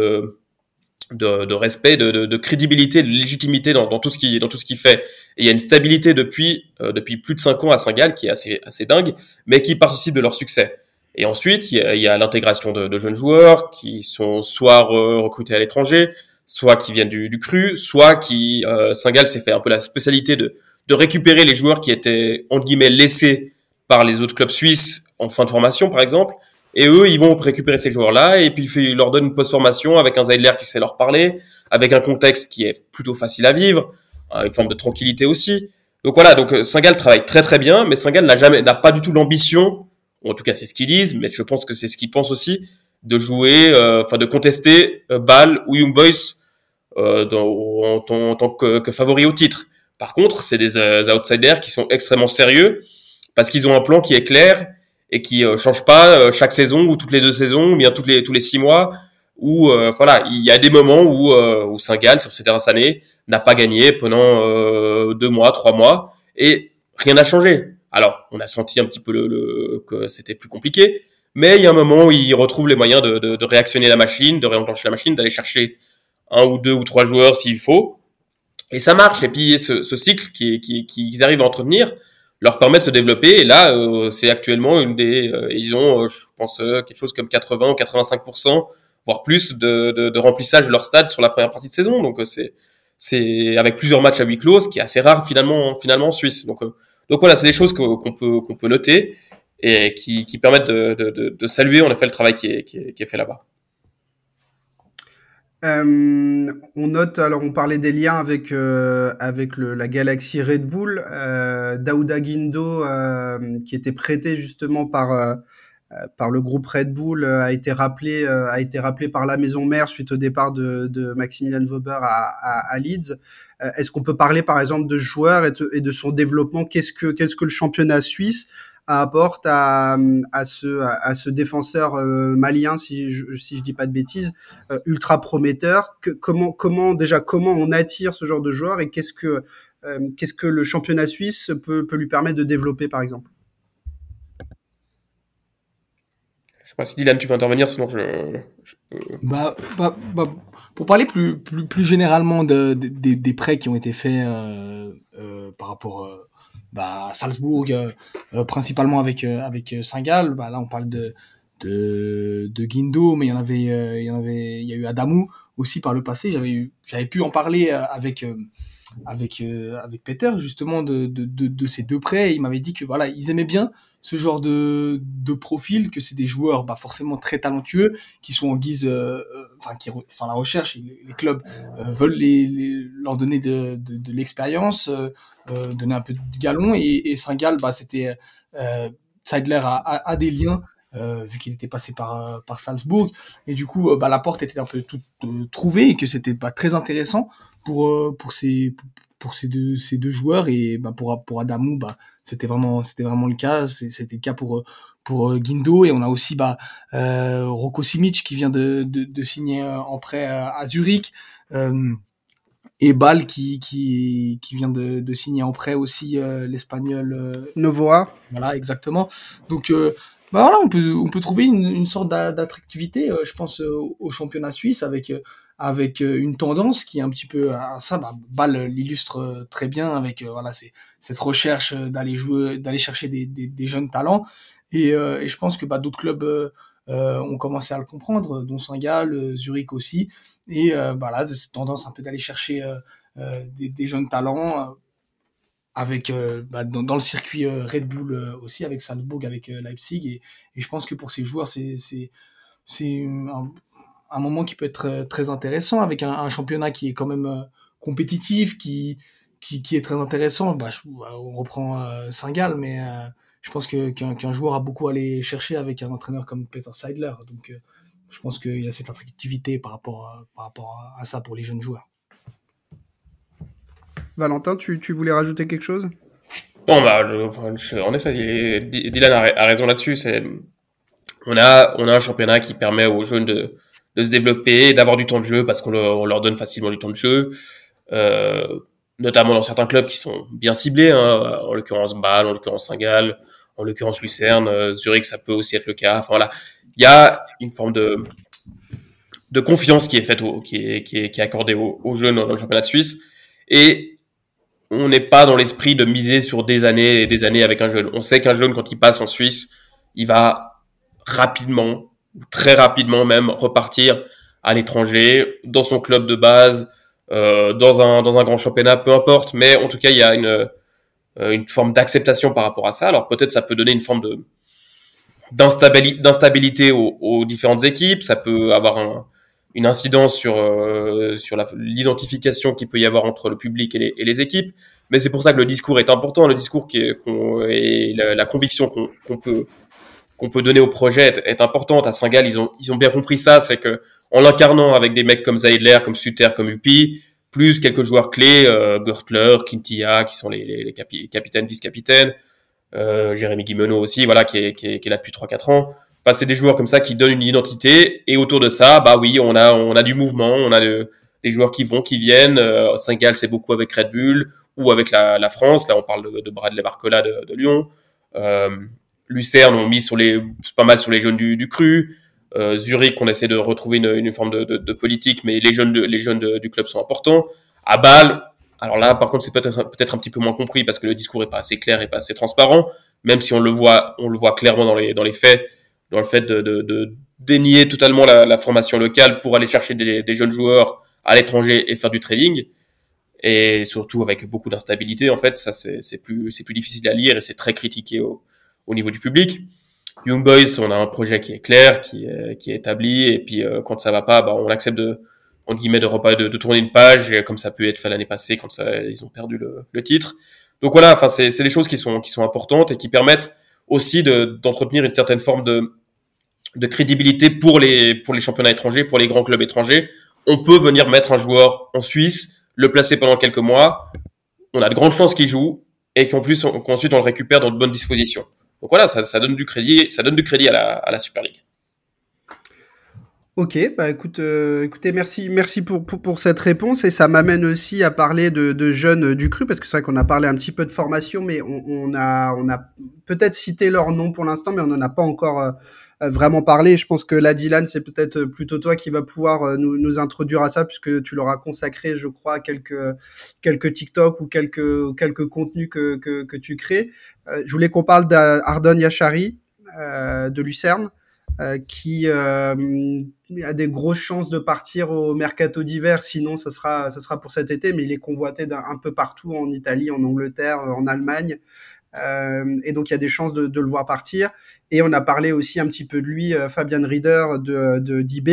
de respect, de crédibilité, de légitimité dans tout ce qu'il fait. Et il y a une stabilité depuis plus de 5 ans à Saint-Gall qui est assez dingue, mais qui participe de leur succès. Et ensuite, il y a l'intégration de jeunes joueurs qui sont soit recrutés à l'étranger, soit qui viennent du cru, soit Saint-Gall s'est fait un peu la spécialité de récupérer les joueurs qui étaient, entre guillemets, laissés par les autres clubs suisses en fin de formation, par exemple. Et eux, ils vont récupérer ces joueurs-là, et puis ils leur donnent une post-formation avec un Zeidler qui sait leur parler, avec un contexte qui est plutôt facile à vivre, une forme de tranquillité aussi. Donc voilà, donc Saint-Gall travaille très très bien, mais Saint-Gall n'a pas du tout l'ambition, ou en tout cas c'est ce qu'ils disent, mais je pense que c'est ce qu'ils pensent aussi, de jouer, de contester Bâle ou Young Boys en tant que favori au titre. Par contre, c'est des outsiders qui sont extrêmement sérieux, parce qu'ils ont un plan qui est clair, et qui change pas chaque saison ou toutes les 2 saisons ou bien tous les 6 mois, où voilà, il y a des moments où Saint-Gall sur ces dernières années n'a pas gagné pendant 2 mois, 3 mois, et rien n'a changé. Alors on a senti un petit peu que c'était plus compliqué, mais il y a un moment où ils retrouvent les moyens de réactionner la machine, de réenclencher la machine, d'aller chercher 1 ou 2 ou 3 joueurs s'il faut, et ça marche. Et puis ce cycle qu'ils arrivent à entretenir leur permet de se développer. Et là, c'est actuellement ils ont, je pense, quelque chose comme 80 ou 85%, voire plus, de remplissage de leur stade sur la première partie de saison. Donc c'est avec plusieurs matchs à huis clos, ce qui est assez rare finalement en Suisse. Donc voilà, c'est des choses qu'on peut noter et qui permettent de saluer en effet le travail qui est fait là-bas. On note, alors on parlait des liens avec la galaxie Red Bull, Daouda Guindo, qui était prêté justement par le groupe Red Bull, a été rappelé par la maison mère suite au départ de Maximilian Wöber à Leeds. Est-ce qu'on peut parler par exemple de ce joueur et de son développement? Qu'est-ce que le championnat suisse apporte à ce défenseur malien, si je dis pas de bêtises, ultra prometteur? Comment on attire ce genre de joueur, et qu'est-ce que le championnat suisse peut lui permettre de développer par exemple? Je sais pas si Dylan tu veux intervenir, sinon je peux. Bah, pour parler plus généralement des prêts qui ont été faits par rapport à Salzbourg, principalement avec Saint-Gall. Là on parle de Guindo, mais il y a eu Adamou aussi par le passé. J'avais pu en parler avec Peter justement de ces 2 prêts. Il m'avait dit que voilà, ils aimaient bien ce genre de profil, que c'est des joueurs forcément très talentueux qui sont en guise qui sont à la recherche, et les clubs veulent leur donner de l'expérience, donner un peu de galon, et Saint-Gall c'était Seidler a des liens, vu qu'il était passé par Salzbourg. Et du coup, la porte était un peu toute trouvée et que c'était très intéressant pour ces deux joueurs. Et pour Adamou, c'était vraiment le cas. C'était le cas pour Guindo. Et on a aussi Rocco Simic qui vient de signer en prêt à Zurich. Et Bâle qui vient de signer en prêt aussi l'Espagnol. Novoa. Voilà, exactement. Donc, voilà, on peut trouver une sorte d'attractivité, je pense, au championnat suisse avec une tendance qui est un petit peu à ça. Bâle l'illustre très bien avec voilà, cette recherche d'aller chercher des jeunes talents. Et je pense que d'autres clubs ont commencé à le comprendre, dont Saint-Gall, Zurich aussi. Et là, de cette tendance un peu d'aller chercher des jeunes talents avec dans le circuit Red Bull aussi, avec Salzbourg, avec Leipzig. Et je pense que pour ces joueurs, c'est un moment qui peut être très intéressant, avec un championnat qui est quand même compétitif, qui est très intéressant. On reprend Saint-Gall, mais je pense qu'un joueur a beaucoup à aller chercher avec un entraîneur comme Peter Seidler. Donc, je pense qu'il y a cette attractivité par rapport à ça pour les jeunes joueurs. Valentin, tu voulais rajouter quelque chose? Bon, en effet, Dylan a raison là-dessus. On a un championnat qui permet aux jeunes de se développer, d'avoir du temps de jeu parce on leur donne facilement du temps de jeu, notamment dans certains clubs qui sont bien ciblés, hein, en l'occurrence Bâle, en l'occurrence Saint-Gall, en l'occurrence Lucerne, Zurich, ça peut aussi être le cas. Enfin voilà, il y a une forme de confiance qui est faite, qui est accordée aux jeunes dans le championnat de Suisse, et on n'est pas dans l'esprit de miser sur des années et des années avec un jeune. On sait qu'un jeune, quand il passe en Suisse, il va rapidement, très rapidement même, repartir à l'étranger, dans son club de base, dans un grand championnat, peu importe. Mais en tout cas, il y a une forme d'acceptation par rapport à ça. Alors peut-être ça peut donner une forme d'instabilité aux différentes équipes. Ça peut avoir une incidence sur l'identification qu'il peut y avoir entre le public et les équipes. Mais c'est pour ça que le discours est important, le discours et la conviction qu'on peut donner au projet est importante. À Saint-Gall, ils ont bien compris ça, c'est que en l'incarnant avec des mecs comme Zeidler, comme Suter, comme Upi, plus quelques joueurs clés, Gertler, Quintilla, qui sont les capitaines, vice-capitaines, Jérémy Guimeno aussi, voilà, qui est là depuis 3-4 ans. Enfin, c'est des joueurs comme ça qui donnent une identité, et autour de ça, oui, on a du mouvement, on a des joueurs qui vont, qui viennent. Saint-Gall, c'est beaucoup avec Red Bull ou avec la France. Là, on parle de Bradley Barcola de Lyon. Lucerne, on mise pas mal sur les jeunes du cru. Zurich, on essaie de retrouver une forme de politique, mais les jeunes du club sont importants. À Bâle, alors là, par contre, c'est peut-être un petit peu moins compris parce que le discours est pas assez clair et pas assez transparent, même si on le voit clairement dans les faits, dans le fait de dénier totalement la formation locale pour aller chercher des jeunes joueurs à l'étranger et faire du trading. Et surtout avec beaucoup d'instabilité, en fait, ça c'est plus difficile à lire et c'est très critiqué au niveau du public. Young Boys, on a un projet qui est clair, qui est établi, et puis quand ça va pas, on accepte entre guillemets de tourner une page, comme ça peut être fait l'année passée quand ils ont perdu le titre. Donc voilà, enfin c'est des choses qui sont importantes et qui permettent aussi d'entretenir une certaine forme de crédibilité pour les championnats étrangers, pour les grands clubs étrangers. On peut venir mettre un joueur en Suisse, le placer pendant quelques mois, on a de grandes chances qu'il joue et qu'ensuite on le récupère dans de bonnes dispositions. Donc voilà, ça donne du crédit, à la Super League. Ok, écoutez, merci pour cette réponse, et ça m'amène aussi à parler de jeunes du cru, parce que c'est vrai qu'on a parlé un petit peu de formation, mais on a peut-être cité leur nom pour l'instant, mais on n'en a pas encore vraiment parlé. Je pense que là, Dylan, c'est peut-être plutôt toi qui va pouvoir nous introduire à ça, puisque tu leur as consacré, je crois, quelques TikTok ou quelques contenus que tu crées. Je voulais qu'on parle d'Ardon Yachari de Lucerne, qui a des grosses chances de partir au mercato d'hiver, sinon ça sera pour cet été, mais il est convoité un peu partout, en Italie, en Angleterre, en Allemagne, et donc il y a des chances de le voir partir. Et on a parlé aussi un petit peu de lui, Fabian Rieder de d'IB,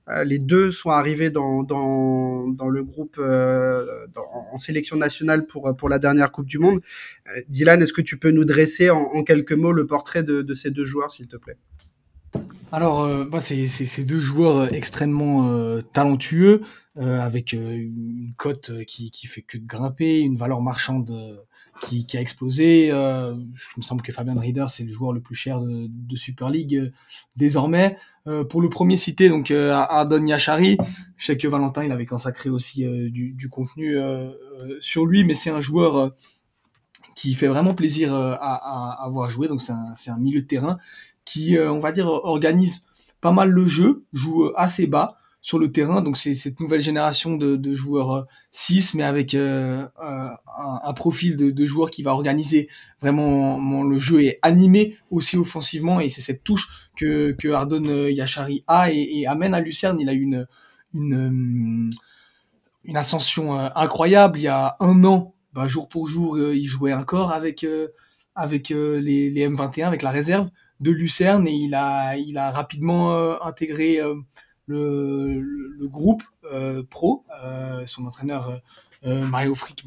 Les deux sont arrivés dans le groupe en sélection nationale pour la dernière Coupe du Monde. Dylan, est-ce que tu peux nous dresser en quelques mots le portrait de ces deux joueurs, s'il te plaît? Alors, c'est deux joueurs extrêmement talentueux, avec une cote qui fait que de grimper, une valeur marchande qui a explosé. Il me semble que Fabian Rieder, c'est le joueur le plus cher de Super League désormais. Pour le premier cité, donc Ardon Yachari, je sais que Valentin il avait consacré aussi du contenu sur lui, mais c'est un joueur qui fait vraiment plaisir à voir jouer. Donc c'est un milieu de terrain qui, on va dire, organise pas mal le jeu, joue assez bas sur le terrain. Donc c'est cette nouvelle génération de joueurs 6, mais avec un profil de joueur qui va organiser vraiment le jeu et animer aussi offensivement. Et c'est cette touche que Ardon Yachari a et amène à Lucerne. Il a eu une, une ascension incroyable. Il y a un an, jour pour jour, il jouait encore avec les M21, avec la réserve de Lucerne, et il a rapidement intégré le groupe pro. Son entraîneur Mario Frick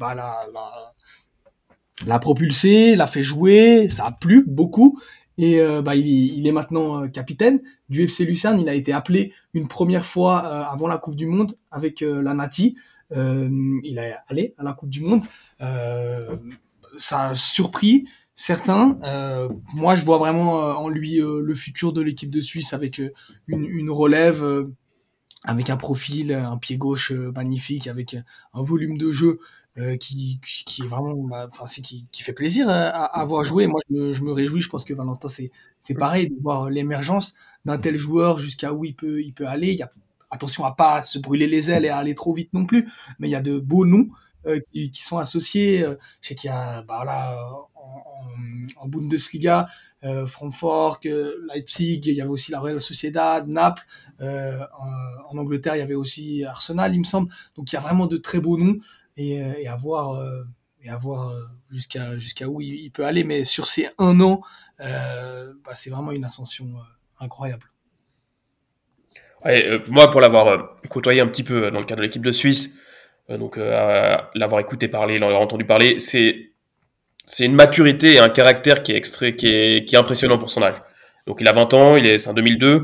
l'a propulsé, l'a fait jouer, ça a plu beaucoup. Et il est maintenant capitaine du FC Lucerne. Il a été appelé une première fois avant la Coupe du Monde avec la Nati. Il est allé à la Coupe du Monde. Ça a surpris certains. Moi, je vois vraiment en lui le futur de l'équipe de Suisse avec une relève, avec un profil, un pied gauche magnifique, avec un volume de jeu qui est vraiment, qui fait plaisir à voir jouer. Moi, je me réjouis. Je pense que Valentin, c'est pareil de voir l'émergence d'un tel joueur jusqu'à où il peut aller. Il y a attention à pas se brûler les ailes et à aller trop vite non plus, mais il y a de beaux noms qui sont associés. Je sais qu'il y a en Bundesliga, Francfort, Leipzig, il y avait aussi la Real Sociedad, Naples. En Angleterre, il y avait aussi Arsenal, il me semble. Donc il y a vraiment de très beaux noms et à voir jusqu'à où il peut aller. Mais sur ces un an, c'est vraiment une ascension incroyable. Ouais, moi, pour l'avoir côtoyé un petit peu dans le cadre de l'équipe de Suisse, l'avoir écouté parler, l'avoir entendu parler, c'est une maturité et un caractère qui est impressionnant pour son âge. Donc il a 20 ans, c'est en 2002.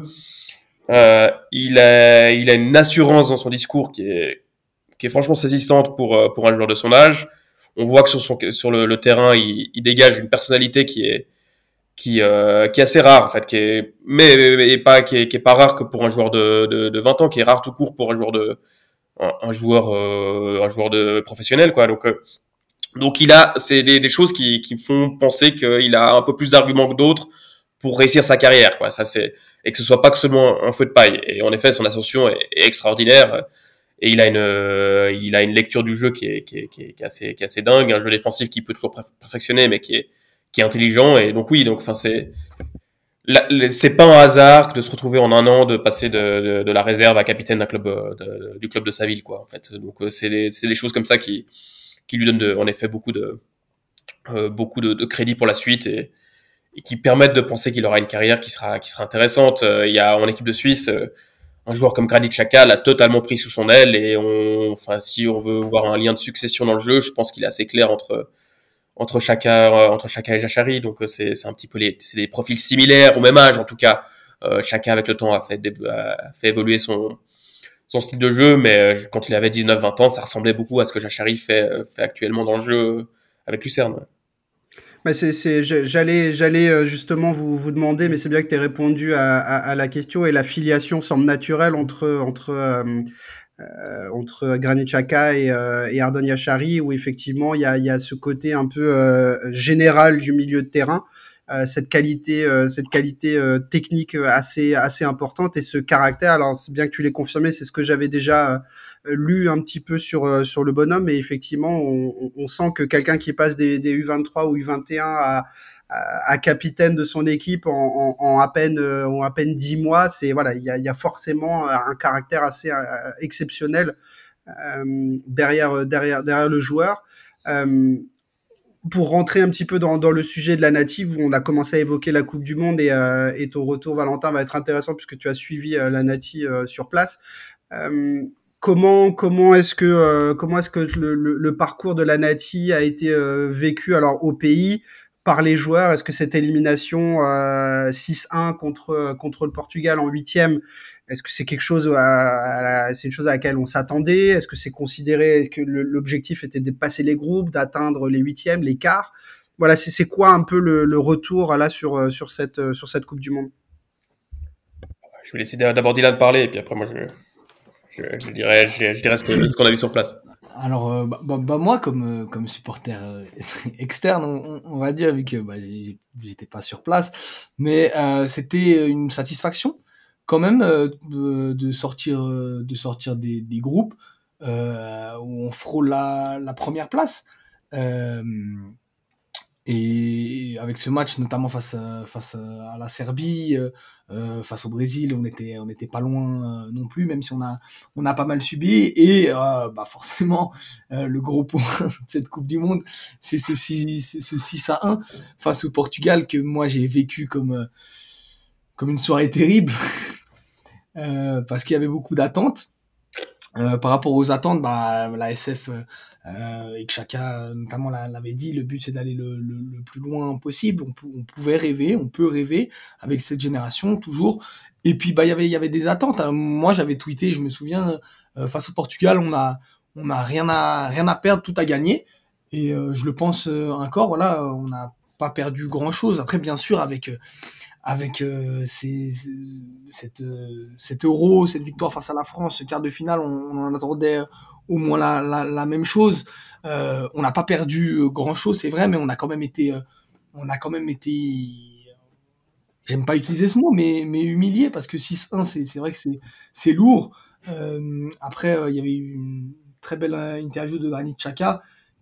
Il a une assurance dans son discours qui est franchement saisissante pour un joueur de son âge. On voit que sur le terrain, il dégage une personnalité qui est assez rare en fait, qui est pas rare que pour un joueur de 20 ans, qui est rare tout court pour un joueur de professionnel quoi. Donc c'est des choses qui me font penser qu'il a un peu plus d'arguments que d'autres pour réussir sa carrière quoi. Et que ce soit pas que seulement un feu de paille. Et en effet, son ascension est extraordinaire. Et il a une lecture du jeu qui est assez dingue, un jeu défensif qui peut toujours perfectionner, mais qui est intelligent. Et donc oui, c'est pas un hasard de se retrouver en un an de passer de la réserve à capitaine d'un club du club de sa ville quoi en fait. Donc c'est des choses comme ça qui lui donnent en effet beaucoup de crédit pour la suite et qui permettent de penser qu'il aura une carrière qui sera intéressante. Il y a en équipe de Suisse un joueur comme Granit Xhaka l'a totalement pris sous son aile et si on veut voir un lien de succession dans le jeu, je pense qu'il est assez clair entre Xhaka et Jachari. Donc c'est un petit peu c'est des profils similaires au même âge en tout cas. Xhaka avec le temps a fait évoluer son style de jeu, mais quand il avait 19-20 ans, ça ressemblait beaucoup à ce que Jachari fait actuellement dans le jeu avec Lucerne. J'allais justement vous demander, mais c'est bien que tu aies répondu à la question, et la filiation semble naturelle entre Granit Xhaka et Ardon Yachari, où effectivement il y a ce côté un peu général du milieu de terrain, cette qualité technique assez importante, et ce caractère. Alors c'est bien que tu l'aies confirmé, c'est ce que j'avais déjà lu un petit peu sur le bonhomme, et effectivement on sent que quelqu'un qui passe des U23 ou U21 à capitaine de son équipe en à peine 10 mois, il y a forcément un caractère assez exceptionnel derrière le joueur. pour rentrer un petit peu dans le sujet de la native, où on a commencé à évoquer la Coupe du Monde et ton retour, Valentin, va être intéressant puisque tu as suivi la Nati sur place. Comment est-ce que le parcours de la Nati a été vécu alors au pays par les joueurs? Est-ce que cette élimination 6-1 contre le Portugal en huitième, est-ce que c'est quelque chose c'est une chose à laquelle on s'attendait? Est-ce que c'est considéré, est-ce que l'objectif était de passer les groupes, d'atteindre les huitièmes, les quarts? Voilà, c'est quoi un peu le retour là sur cette Coupe du Monde? Je vais laisser d'abord Dylan parler, et puis après, moi, je dirais ce qu'on a vu sur place. Alors, moi, comme supporter externe, on va dire, vu que j'étais pas sur place, mais c'était une satisfaction quand même de sortir des groupes où on frôle la première place. Euh, et avec ce match, notamment face à la Serbie, face au Brésil, on était pas loin non plus, même si on a pas mal subi. Et forcément, le gros point de cette Coupe du Monde, c'est ce 6-1 face au Portugal que moi j'ai vécu comme une soirée terrible, parce qu'il y avait beaucoup d'attentes. Par rapport aux attentes, la SF et que Xhaka notamment l'avait dit, le but c'est d'aller le plus loin possible. On pouvait rêver, on peut rêver avec cette génération toujours. Et puis il y avait des attentes. Moi j'avais tweeté, je me souviens, face au Portugal, on a rien à perdre, tout à gagner. Et je le pense encore. Voilà, on n'a pas perdu grand chose. Après bien sûr avec cet euro, cette victoire face à la France, ce quart de finale, on en attendait au moins la même chose. On n'a pas perdu grand chose, c'est vrai, mais on a quand même été, j'aime pas utiliser ce mot, mais humilié, parce que 6-1, c'est vrai que c'est lourd. Après, il y avait eu une très belle interview de Granit Xhaka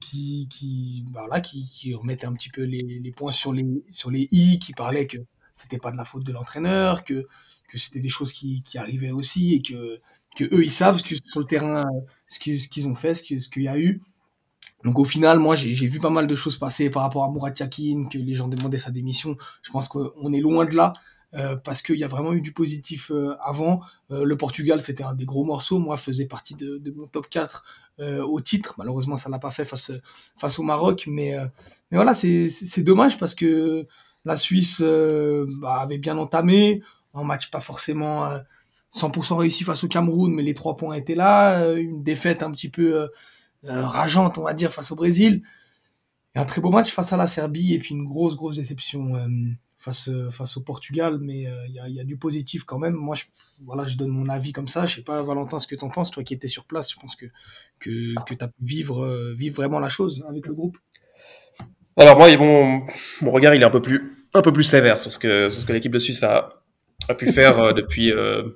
qui remettait un petit peu les points sur les i, qui parlait que c'était pas de la faute de l'entraîneur, que c'était des choses qui arrivaient aussi, et que eux ils savent ce que sur le terrain, ce qu'ils ont fait, ce qu'il y a eu. Donc au final, moi j'ai vu pas mal de choses passer par rapport à Murat Yakin, que les gens demandaient sa démission. Je pense qu'on est loin de là, parce qu'il y a vraiment eu du positif avant. Le Portugal, c'était un des gros morceaux. Moi, faisait partie de mon top 4 au titre. Malheureusement, ça l'a pas fait face au Maroc. Mais voilà, c'est dommage, parce que la Suisse avait bien entamé. Un match pas forcément 100% réussi face au Cameroun, mais les 3 points étaient là. Une défaite un petit peu rageante, on va dire, face au Brésil. Et un très beau match face à la Serbie, et puis une grosse déception face au Portugal. Mais il y a du positif quand même. Moi, je donne mon avis comme ça. Je sais pas, Valentin, ce que t'en penses, toi qui étais sur place. Je pense que t'as pu vivre vraiment la chose avec le groupe. Alors moi, mon regard, il est un peu plus sévère sur ce que l'équipe de Suisse a pu faire depuis.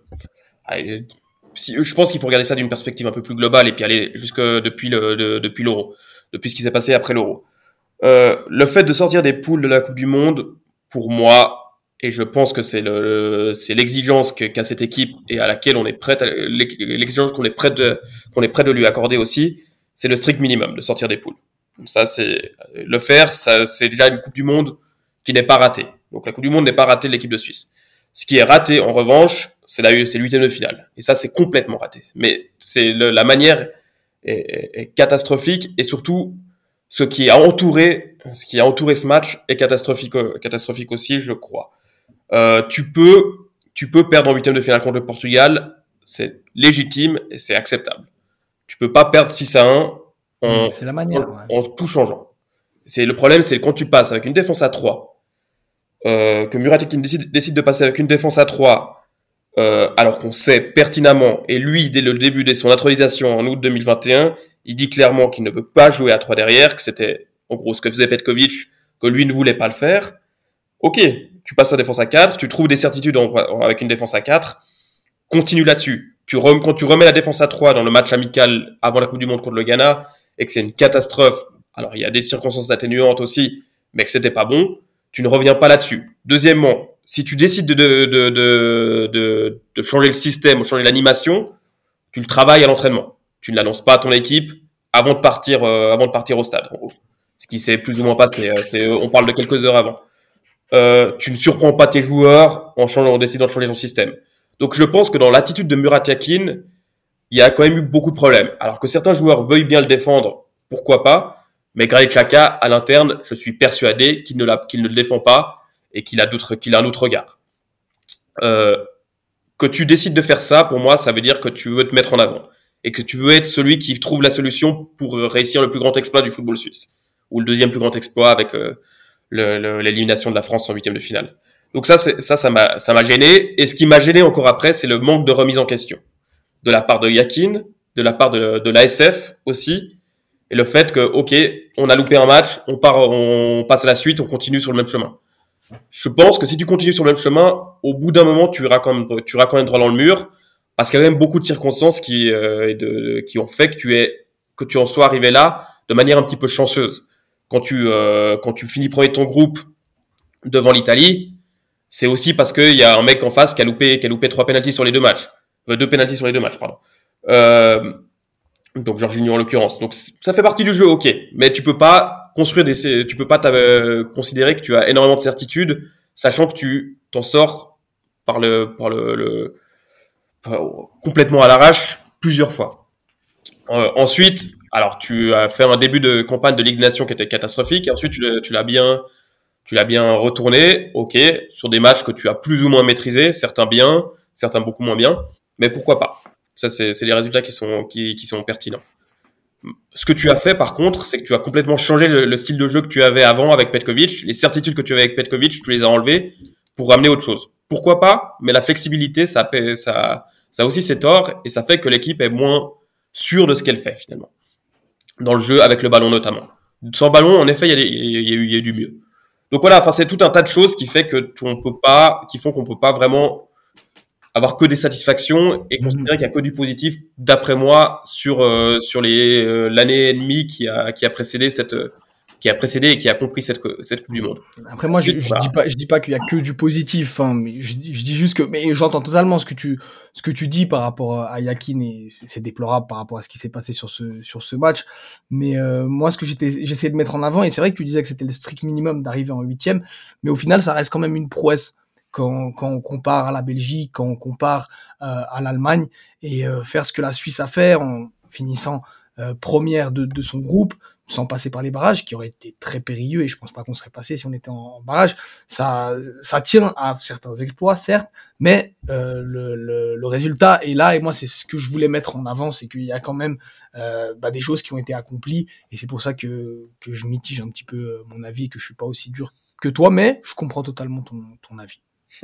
Je pense qu'il faut regarder ça d'une perspective un peu plus globale, et puis aller jusque depuis l'Euro, depuis ce qui s'est passé après l'Euro. Le fait de sortir des poules de la Coupe du Monde, pour moi, et je pense que c'est l'exigence qu'a cette équipe, et à laquelle on est prête, l'exigence qu'on est prêt de lui accorder aussi, c'est le strict minimum de sortir des poules. Ça, c'est le faire. Ça, c'est déjà une Coupe du Monde qui n'est pas ratée. Donc la Coupe du Monde n'est pas ratée de l'équipe de Suisse. Ce qui est raté, en revanche, c'est le huitième de finale. Et ça, c'est complètement raté. Mais la manière est catastrophique, et surtout ce qui a entouré ce match est catastrophique aussi, je crois. Tu peux perdre en huitième de finale contre le Portugal, c'est légitime et c'est acceptable. Tu peux pas perdre 6-1 c'est la manière, en tout changeant. Le problème, c'est quand tu passes avec une défense à 3, que Murat Yakin décide de passer avec une défense à 3, alors qu'on sait pertinemment, et lui, dès le début de son naturalisation en août 2021, il dit clairement qu'il ne veut pas jouer à 3 derrière, que c'était en gros ce que faisait Petkovic, que lui ne voulait pas le faire. Ok, tu passes à défense à 4, tu trouves des certitudes avec une défense à 4, continue là-dessus. Quand tu remets la défense à 3 dans le match amical avant la Coupe du Monde contre le Ghana, et que c'est une catastrophe, alors il y a des circonstances atténuantes aussi, mais que c'était pas bon, tu ne reviens pas là-dessus. Deuxièmement, si tu décides de changer le système ou changer l'animation, tu le travailles à l'entraînement. Tu ne l'annonces pas à ton équipe avant de partir au stade, en gros. ce qui s'est plus ou moins passé. On parle de quelques heures avant. Tu ne surprends pas tes joueurs en décidant de changer ton système. Donc je pense que dans l'attitude de Murat Yakin, il y a quand même eu beaucoup de problèmes. Alors que certains joueurs veuillent bien le défendre, pourquoi pas, mais Granit Xhaka, à l'interne, je suis persuadé qu'il ne le défend pas et qu'il a un autre regard. Que tu décides de faire ça, pour moi, ça veut dire que tu veux te mettre en avant et que tu veux être celui qui trouve la solution pour réussir le plus grand exploit du football suisse ou le deuxième plus grand exploit avec l'élimination de la France en huitième de finale. Donc ça m'a gêné. Et ce qui m'a gêné encore après, c'est le manque de remise en question de la part de Yakin, de la part de l'ASF aussi, et le fait que ok, on a loupé un match, on passe à la suite, on continue sur le même chemin. Je pense que si tu continues sur le même chemin, au bout d'un moment, tu iras quand même droit dans le mur, parce qu'il y a quand même beaucoup de circonstances qui ont fait que tu en sois arrivé là de manière un petit peu chanceuse. Quand tu finis premier de ton groupe devant l'Italie, c'est aussi parce qu'il y a un mec en face qui a loupé 3 pénaltys sur les 2 matchs. 2 pénaltys sur les 2 matchs, pardon. Donc Jorginho en l'occurrence. Donc ça fait partie du jeu, ok. Mais tu peux pas considérer que tu as énormément de certitude, sachant que tu t'en sors complètement à l'arrache plusieurs fois. Ensuite, alors tu as fait un début de campagne de Ligue des Nations qui était catastrophique. Et ensuite, tu l'as bien retourné, ok, sur des matchs que tu as plus ou moins maîtrisés, certains bien, certains beaucoup moins bien, mais pourquoi pas. Ça, c'est les résultats qui sont pertinents. Ce que tu as fait, par contre, c'est que tu as complètement changé le style de jeu que tu avais avant avec Petkovic. Les certitudes que tu avais avec Petkovic, tu les as enlevées pour ramener autre chose. Pourquoi pas? Mais la flexibilité, ça a aussi ses torts et ça fait que l'équipe est moins sûre de ce qu'elle fait, finalement. Dans le jeu, avec le ballon notamment. Sans ballon, en effet, il y a eu du mieux. Donc voilà, enfin, c'est tout un tas de choses qui font qu'on peut pas vraiment avoir que des satisfactions et considérer qu'il y a que du positif, d'après moi, sur l'année et demie qui a précédé et qui a compris cette Coupe du Monde. Après moi, Ensuite, je dis pas qu'il y a que du positif, hein, mais je dis juste que, mais j'entends totalement ce que tu dis par rapport à Yakin et c'est déplorable par rapport à ce qui s'est passé sur ce match. Mais moi, ce que j'essayais de mettre en avant, et c'est vrai que tu disais que c'était le strict minimum d'arriver en huitième, mais au final, ça reste quand même une prouesse quand on compare à la Belgique, quand on compare à l'Allemagne et faire ce que la Suisse a fait en finissant première de son groupe, sans passer par les barrages, qui auraient été très périlleux, et je pense pas qu'on serait passé si on était en barrage. Ça tient à certains exploits, certes, mais le résultat est là, et moi, c'est ce que je voulais mettre en avant, c'est qu'il y a quand même des choses qui ont été accomplies, et c'est pour ça que je mitige un petit peu mon avis, et que je suis pas aussi dur que toi, mais je comprends totalement ton avis.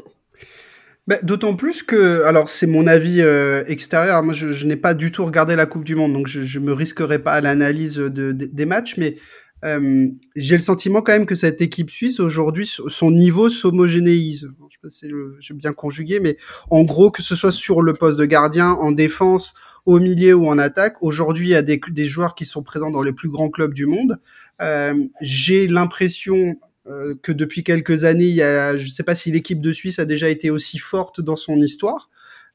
D'autant plus que, alors c'est mon avis extérieur, moi je n'ai pas du tout regardé la Coupe du Monde, donc je me risquerai pas à l'analyse des matchs, mais j'ai le sentiment quand même que cette équipe suisse, aujourd'hui, son niveau s'homogénéise. Je sais pas si j'ai bien conjugué, mais en gros, que ce soit sur le poste de gardien, en défense, au milieu ou en attaque, aujourd'hui, il y a des joueurs qui sont présents dans les plus grands clubs du monde. J'ai l'impression que depuis quelques années, je ne sais pas si l'équipe de Suisse a déjà été aussi forte dans son histoire.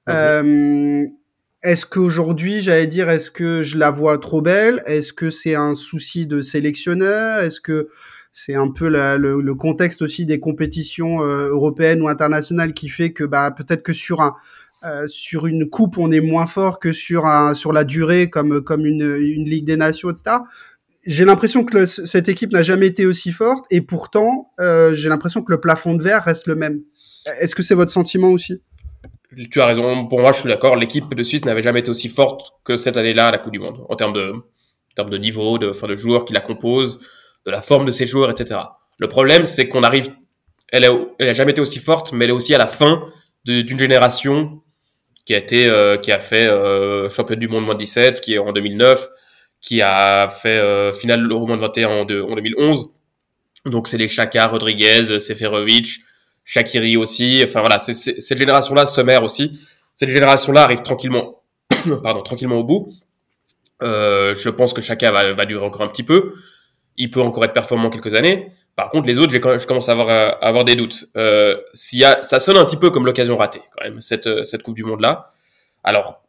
Est-ce qu'aujourd'hui, est-ce que je la vois trop belle? Est-ce que c'est un souci de sélectionneur? Est-ce que c'est un peu le contexte aussi des compétitions européennes ou internationales qui fait que peut-être que sur une coupe, on est moins fort que sur la durée, comme une Ligue des Nations, etc. J'ai l'impression que cette équipe n'a jamais été aussi forte, et pourtant, j'ai l'impression que le plafond de verre reste le même. Est-ce que c'est votre sentiment aussi? Tu as raison. Pour moi, je suis d'accord. L'équipe de Suisse n'avait jamais été aussi forte que cette année-là à la Coupe du Monde, en termes de niveau, de joueurs qui la composent, de la forme de ces joueurs, etc. Le problème, c'est elle a jamais été aussi forte, mais elle est aussi à la fin d'une génération qui a fait championne du monde moins 17, qui est en 2009, qui a fait finale de l'Euro moins 21 en 2011. Donc c'est les Xhaka, Rodriguez, Seferovic, Shaqiri aussi. Enfin voilà, cette génération-là, Sommer aussi. Cette génération-là arrive tranquillement, tranquillement au bout. Je pense que Xhaka va durer encore un petit peu. Il peut encore être performant quelques années. Par contre, les autres, je commence à avoir des doutes. Ça sonne un petit peu comme l'occasion ratée, quand même, cette Coupe du Monde-là. Alors,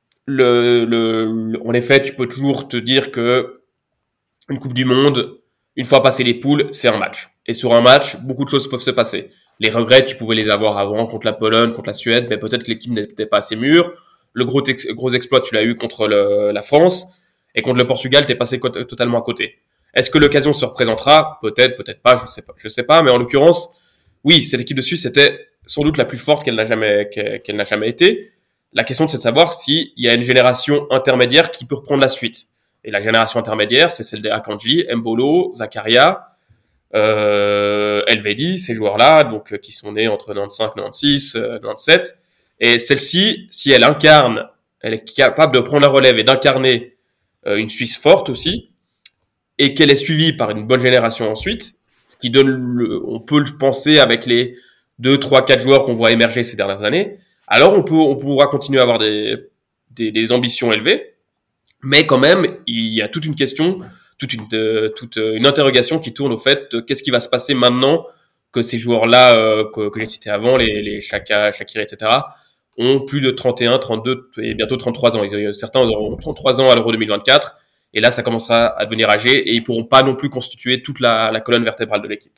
en effet, tu peux toujours te dire que une Coupe du Monde, Une fois passé les poules, c'est un match. Et sur un match, beaucoup de choses peuvent se passer. Les regrets, tu pouvais les avoir avant contre la Pologne, contre la Suède, mais peut-être que l'équipe n'était pas assez mûre. Le gros exploit, tu l'as eu contre la France. Et contre le Portugal, t'es passé totalement à côté. Est-ce que l'occasion se représentera? Peut-être, peut-être pas, je sais pas. Mais en l'occurrence, oui, cette équipe de Suisse était sans doute la plus forte qu'elle n'a jamais été. La question, c'est de savoir s'il y a une génération intermédiaire qui peut reprendre la suite. Et la génération intermédiaire, c'est celle des Akanji, Mbolo, Zakaria, Elvedi, ces joueurs-là, donc qui sont nés entre 95, 96, 97. Et celle-ci, si elle incarne, elle est capable de prendre la relève et d'incarner une Suisse forte aussi, et qu'elle est suivie par une bonne génération ensuite, ce qui donne, on peut le penser avec les 2, 3, 4 joueurs qu'on voit émerger ces dernières années, alors on pourra continuer à avoir des ambitions élevées, mais quand même, il y a toute une question, toute une interrogation qui tourne au fait de qu'est-ce qui va se passer maintenant que ces joueurs-là que j'ai cités avant, les Xhaka, Shaqiri, etc., ont plus de 31, 32 et bientôt 33 ans. Certains auront 33 ans à l'Euro 2024, et là, ça commencera à devenir âgé, et ils pourront pas non plus constituer toute la colonne vertébrale de l'équipe.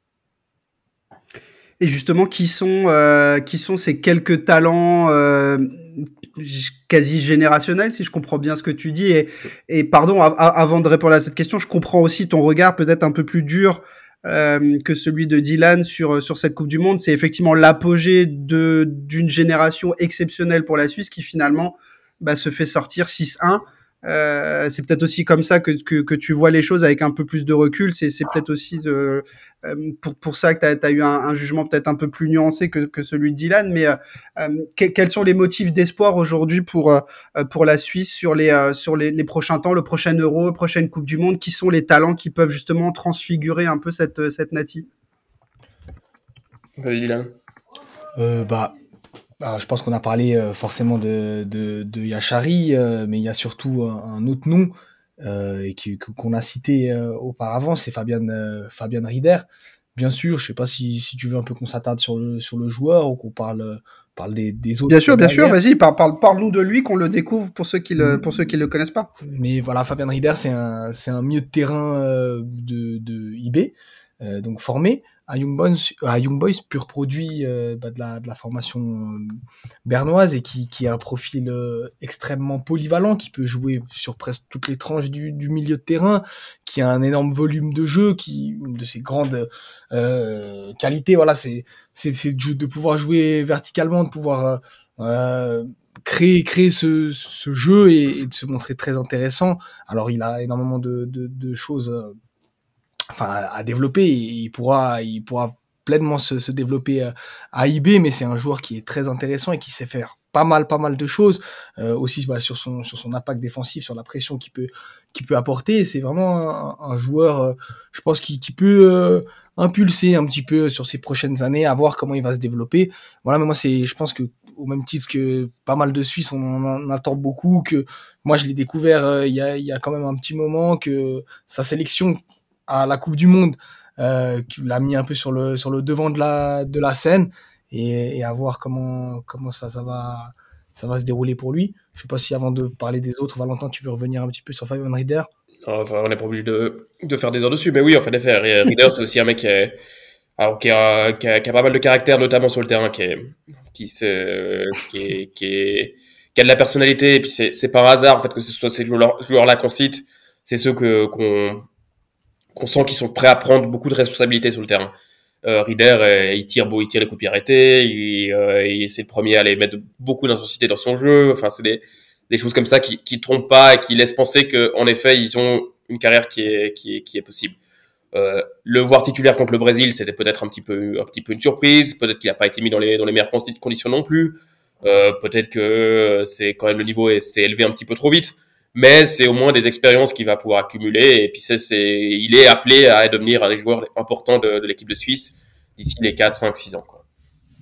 Et justement, qui sont ces quelques talents quasi générationnels, si je comprends bien ce que tu dis. Et pardon, avant de répondre à cette question, je comprends aussi ton regard peut-être un peu plus dur que celui de Dylan sur cette Coupe du Monde. C'est effectivement l'apogée d'une génération exceptionnelle pour la Suisse qui finalement se fait sortir 6-1. C'est peut-être aussi comme ça que tu vois les choses avec un peu plus de recul. C'est peut-être aussi pour ça que t'as eu un jugement peut-être un peu plus nuancé que celui de Dylan. Mais quels sont les motifs d'espoir aujourd'hui pour la Suisse sur les prochains temps, le prochain Euro, la prochaine Coupe du Monde? Qui sont les talents qui peuvent justement transfigurer un peu cette nati? Vas-y, Dylan. Je pense qu'on a parlé forcément de Yachari, mais il y a surtout un autre nom qu'on a cité auparavant, c'est Fabian Rieder. Bien sûr, je sais pas si tu veux un peu qu'on s'attarde sur le joueur ou qu'on parle des autres. Bien sûr, vas-y, parle-nous de lui, qu'on le découvre pour ceux qui le connaissent pas. Mais voilà, Fabian Rieder, c'est un milieu de terrain de IB, donc formé à Young Boys, pur produit de la formation bernoise, et qui a un profil extrêmement polyvalent, qui peut jouer sur presque toutes les tranches du milieu de terrain, qui a un énorme volume de jeu, une de ses grandes qualités, voilà, c'est de pouvoir jouer verticalement, de pouvoir créer ce jeu et de se montrer très intéressant. Alors il a énormément de choses à développer, et il pourra pleinement se développer à IB, mais c'est un joueur qui est très intéressant et qui sait faire pas mal de choses aussi sur son impact défensif, sur la pression qu'il peut apporter. C'est vraiment un joueur je pense qui peut impulser un petit peu sur ces prochaines années, à voir comment il va se développer. Voilà, mais moi je pense que au même titre que pas mal de Suisses, on en attend beaucoup, que moi je l'ai découvert il y a quand même un petit moment, que sa sélection à la Coupe du Monde qui l'a mis un peu sur le devant de la scène, et à voir comment ça va se dérouler pour lui. Je sais pas si, avant de parler des autres, Valentin, tu veux revenir un petit peu sur Fabian Rieder? Enfin, on n'est pas obligé de faire des heures dessus, mais oui, en fait, Rieder, c'est aussi un mec qui a pas mal de caractère, notamment sur le terrain, qui a de la personnalité, et puis c'est par hasard, en fait, que ce soit ces joueurs-là qu'on cite, c'est ceux qu'on sent qu'ils sont prêts à prendre beaucoup de responsabilités sur le terrain. Rieder, il tire les coups de pied arrêtés, c'est le premier à aller mettre beaucoup d'intensité dans son jeu. Enfin, c'est des choses comme ça qui trompent pas et qui laissent penser que, en effet, ils ont une carrière qui est possible. Le voir titulaire contre le Brésil, c'était peut-être un petit peu une surprise. Peut-être qu'il a pas été mis dans les meilleures conditions non plus. Peut-être que c'est quand même, le niveau s'est élevé un petit peu trop vite. Mais c'est au moins des expériences qu'il va pouvoir accumuler, et puis il est appelé à devenir un des joueurs importants de l'équipe de Suisse d'ici les 4, 5, 6 ans, quoi.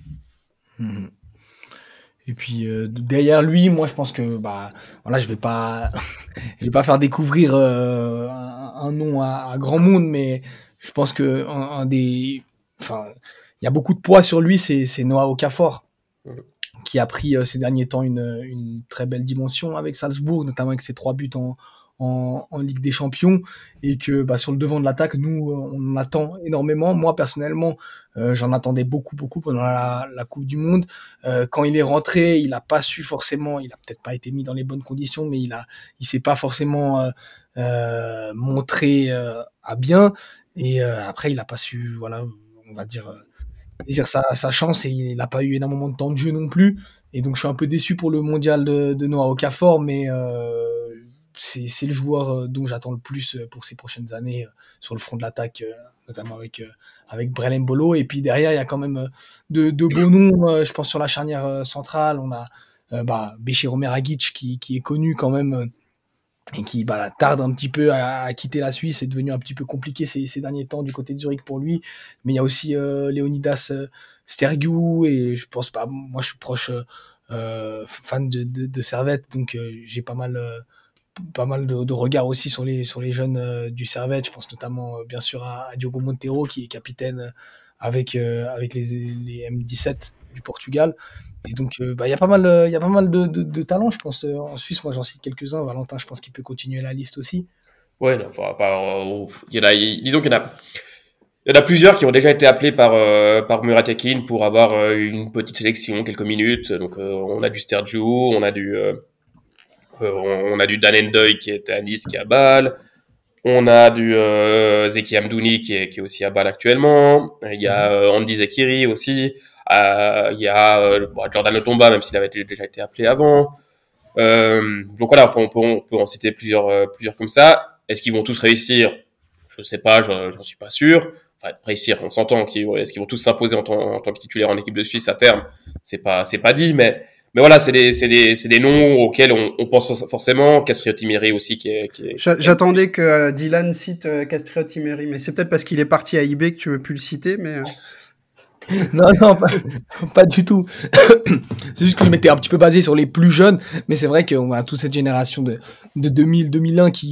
Et puis derrière lui, moi je pense que voilà, je vais pas faire découvrir un nom à grand monde, mais je pense que il y a beaucoup de poids sur lui, c'est Noah Okafor, qui a pris ces derniers temps une très belle dimension avec Salzbourg, notamment avec ses 3 buts en Ligue des Champions et que sur le devant de l'attaque, nous, on en attend énormément. Moi, personnellement, j'en attendais beaucoup pendant la Coupe du Monde. Quand il est rentré, il a pas su forcément, il a peut-être pas été mis dans les bonnes conditions, mais il s'est pas forcément montré à bien. Et après, il a pas su, voilà, on va dire, saisir sa chance et il n'a pas eu énormément de temps de jeu non plus. Et donc, je suis un peu déçu pour le mondial de Noah Okafor, mais c'est le joueur dont j'attends le plus pour ces prochaines années sur le front de l'attaque, notamment avec Brelem Bolo. Et puis derrière, il y a quand même de beaux noms. Je pense sur la charnière centrale, on a Béchir Omeragic qui est connu quand même et qui tarde un petit peu à quitter la Suisse. C'est devenu un petit peu compliqué ces derniers temps du côté de Zurich pour lui. Mais il y a aussi Leonidas Stergiou et je pense pas. Moi, je suis proche fan de Servette, donc j'ai pas mal de regard aussi sur les jeunes du Servette. Je pense notamment bien sûr à Diogo Monteiro qui est capitaine avec les M17 du Portugal. Et donc il y a pas mal de talents, je pense, en Suisse. Moi j'en cite quelques-uns. Valentin, je pense qu'il peut continuer la liste aussi. Ouais, non, enfin, il y en a, disons il y en a plusieurs qui ont déjà été appelés par Murat Yakin pour avoir une petite sélection, quelques minutes. Donc on a du Stergiou, on a du Dan Endoy qui était à Nice, qui est à Bâle. On a du Zeki Amdouni qui est aussi à Bâle actuellement. Il y a Andy Zekiri aussi. Il y a Jordan Lotomba, même s'il avait déjà été appelé avant. Donc voilà, on peut en citer plusieurs comme ça. Est-ce qu'ils vont tous réussir? Je sais pas, j'en suis pas sûr. Enfin, réussir, on s'entend. Est-ce qu'ils vont tous s'imposer en tant que titulaire en équipe de Suisse à terme? C'est pas dit, mais voilà, c'est des noms auxquels on pense forcément. Castrioti Miri aussi qui est... J'attendais que Dylan cite Castrioti Miri, mais c'est peut-être parce qu'il est parti à IB que tu veux plus le citer, mais... Non, pas du tout. C'est juste que je m'étais un petit peu basé sur les plus jeunes, mais c'est vrai qu'on a toute cette génération de 2000, 2001 qui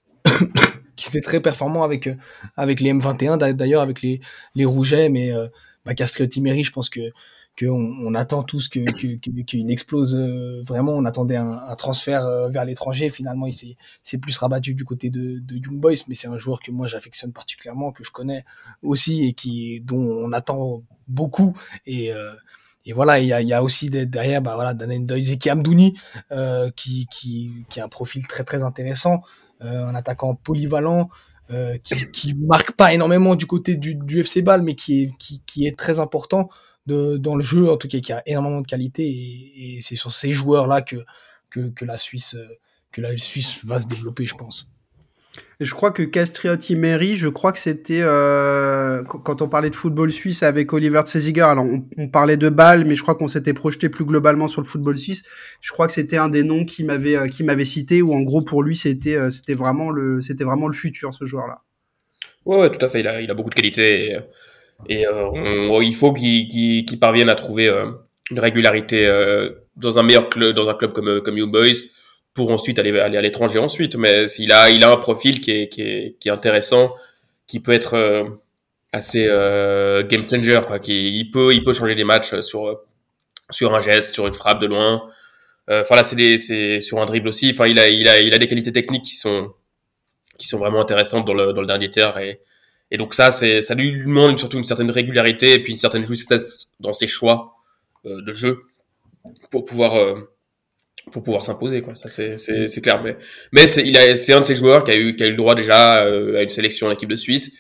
fait très performant avec les M21, d'ailleurs avec les Rougets, mais Castrioti Miri, je pense qu'on attend tous qu'il explose vraiment. On attendait un transfert vers l'étranger. Finalement, il s'est plus rabattu du côté de Young Boys, mais c'est un joueur que moi j'affectionne particulièrement, que je connais aussi et dont on attend beaucoup. Et voilà, il y a aussi derrière Dan Endoy, Zeki Amdouni qui a un profil très très intéressant, un attaquant polyvalent. Qui marque pas énormément du côté du FC Bâle, mais qui est très important dans le jeu, en tout cas, qui a énormément de qualité, et c'est sur ces joueurs-là que la Suisse va se développer, je pense. Et je crois que Castrioti Miri, je crois que c'était quand on parlait de football suisse avec Oliver Zesiger. Alors on parlait de Bâle, mais je crois qu'on s'était projeté plus globalement sur le football suisse. Je crois que c'était un des noms qui m'avait cité, où en gros pour lui c'était vraiment le futur, ce joueur-là. Ouais, tout à fait. Il a beaucoup de qualité et il faut qu'il parvienne à trouver une régularité dans un meilleur club, dans un club comme Young Boys, pour ensuite aller à l'étranger ensuite. Mais il a un profil qui est intéressant, qui peut être assez game changer, quoi. Il peut changer des matchs sur un geste, sur une frappe de loin. Enfin là, c'est sur un dribble aussi. Enfin, il a des qualités techniques qui sont vraiment intéressantes dans le dernier tiers, et donc ça lui demande surtout une certaine régularité et puis une certaine justesse dans ses choix de jeu pour pouvoir s'imposer, quoi. Ça c'est clair, mais c'est un de ces joueurs qui a eu le droit déjà à une sélection en équipe de Suisse.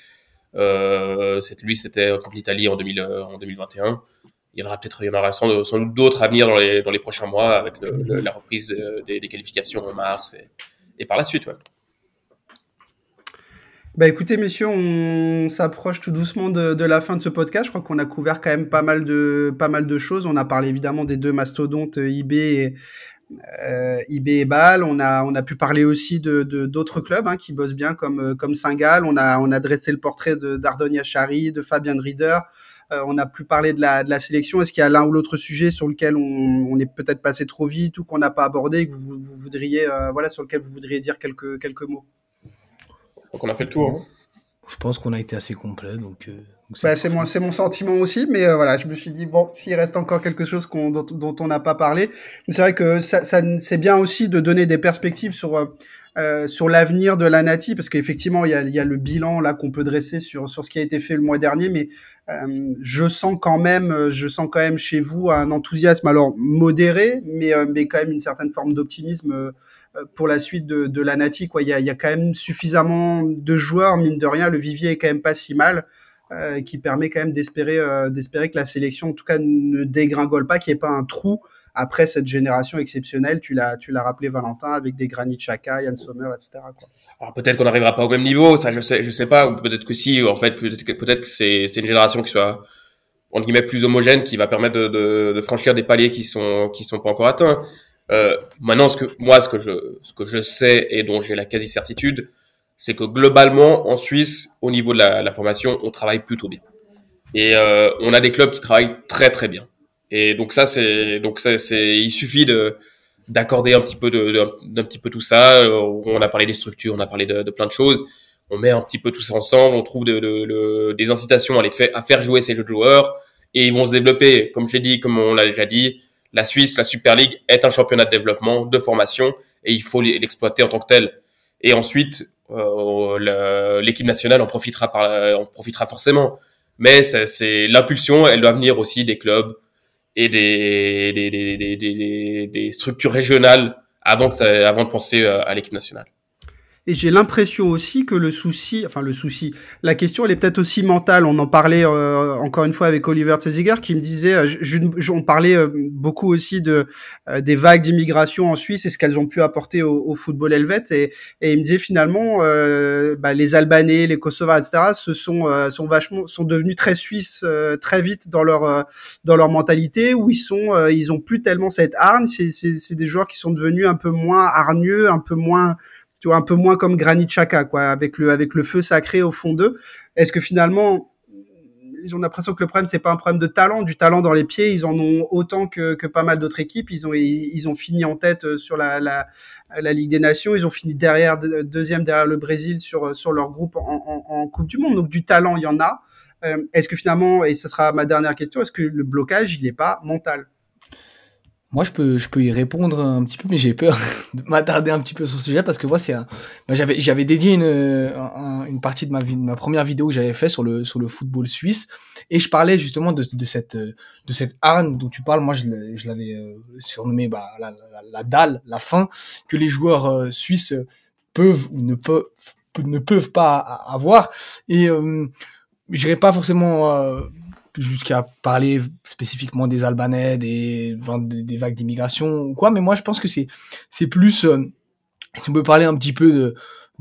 C'était contre l'Italie en 2021. Il y en aura sans doute d'autres à venir dans les prochains mois avec la reprise des qualifications en mars et par la suite, ouais. Bah écoutez messieurs, on s'approche tout doucement de la fin de ce podcast. Je crois qu'on a couvert quand même pas mal de choses. On a parlé évidemment des deux mastodontes IB et Bâle. On a pu parler aussi de d'autres clubs qui bossent bien comme Saint-Gall. On a dressé le portrait d'Ardon Yachari, de Fabien Rieder. On a pu parler de la sélection. Est-ce qu'il y a l'un ou l'autre sujet sur lequel on est peut-être passé trop vite ou qu'on n'a pas abordé, que vous voudriez sur lequel vous voudriez dire quelques mots? Donc on a fait le tour. Je pense qu'on a été assez complet, donc c'est mon sentiment aussi, mais voilà, je me suis dit bon, s'il reste encore quelque chose dont on n'a pas parlé, c'est vrai que ça c'est bien aussi de donner des perspectives sur sur l'avenir de la Nati, parce qu'effectivement il y a le bilan là qu'on peut dresser sur ce qui a été fait le mois dernier, mais je sens quand même chez vous un enthousiasme alors modéré, mais quand même une certaine forme d'optimisme pour la suite de la Nati, quoi. Il y a quand même suffisamment de joueurs, mine de rien, le vivier est quand même pas si mal. Qui permet quand même d'espérer que la sélection, en tout cas, ne dégringole pas, qu'il n'y ait pas un trou après cette génération exceptionnelle. Tu l'as rappelé, Valentin, avec des Granit Xhaka, Yann Sommer, etc., quoi. Alors peut-être qu'on n'arrivera pas au même niveau, ça je sais pas, ou peut-être que si, en fait, peut-être que c'est une génération qui soit entre guillemets plus homogène, qui va permettre de franchir des paliers qui sont pas encore atteints. Maintenant, ce que je sais et dont j'ai la quasi certitude, c'est que globalement en Suisse, au niveau de la formation, on travaille plutôt bien. Et on a des clubs qui travaillent très très bien. Et il suffit d'accorder un petit peu d'un petit peu tout ça. On a parlé des structures, on a parlé de plein de choses. On met un petit peu tout ça ensemble, on trouve des incitations à faire jouer ces jeux de joueurs et ils vont se développer. Comme je l'ai dit, comme on l'a déjà dit, la Suisse, la Super League est un championnat de développement, de formation et il faut l'exploiter en tant que tel. Et ensuite, l'équipe nationale en profitera forcément. Mais c'est l'impulsion, elle doit venir aussi des clubs et des structures régionales avant de penser à l'équipe nationale. Et j'ai l'impression aussi que la question, elle est peut-être aussi mentale. On en parlait encore une fois avec Oliver Tseziger qui me disait, on parlait beaucoup aussi des vagues d'immigration en Suisse et ce qu'elles ont pu apporter au football helvète. Et il me disait finalement, les Albanais, les Kosovars, etc., sont devenus très suisses très vite dans leur mentalité, où ils ont plus tellement cette hargne. C'est des joueurs qui sont devenus un peu moins hargneux, un peu moins, tu vois, un peu moins comme Granit Xhaka, quoi, avec le feu sacré au fond d'eux. Est-ce que finalement, j'ai l'impression que le problème, c'est pas un problème de talent, du talent dans les pieds, ils en ont autant que pas mal d'autres équipes. Ils ont fini en tête sur la Ligue des Nations, ils ont fini deuxième derrière le Brésil sur leur groupe en Coupe du Monde. Donc du talent, il y en a. Est-ce que finalement, et ce sera ma dernière question, est-ce que le blocage, il n'est pas mental? Moi, je peux y répondre un petit peu, mais j'ai peur de m'attarder un petit peu sur le sujet parce que moi, j'avais dédié une partie de ma première vidéo que j'avais fait sur le football suisse et je parlais justement de cette hargne dont tu parles. Moi, je l'avais surnommé la dalle, la faim que les joueurs suisses peuvent ou ne peuvent pas avoir et j'irai pas forcément jusqu'à parler spécifiquement des Albanais, des vagues d'immigration ou quoi, mais moi je pense que c'est plus si on peut parler un petit peu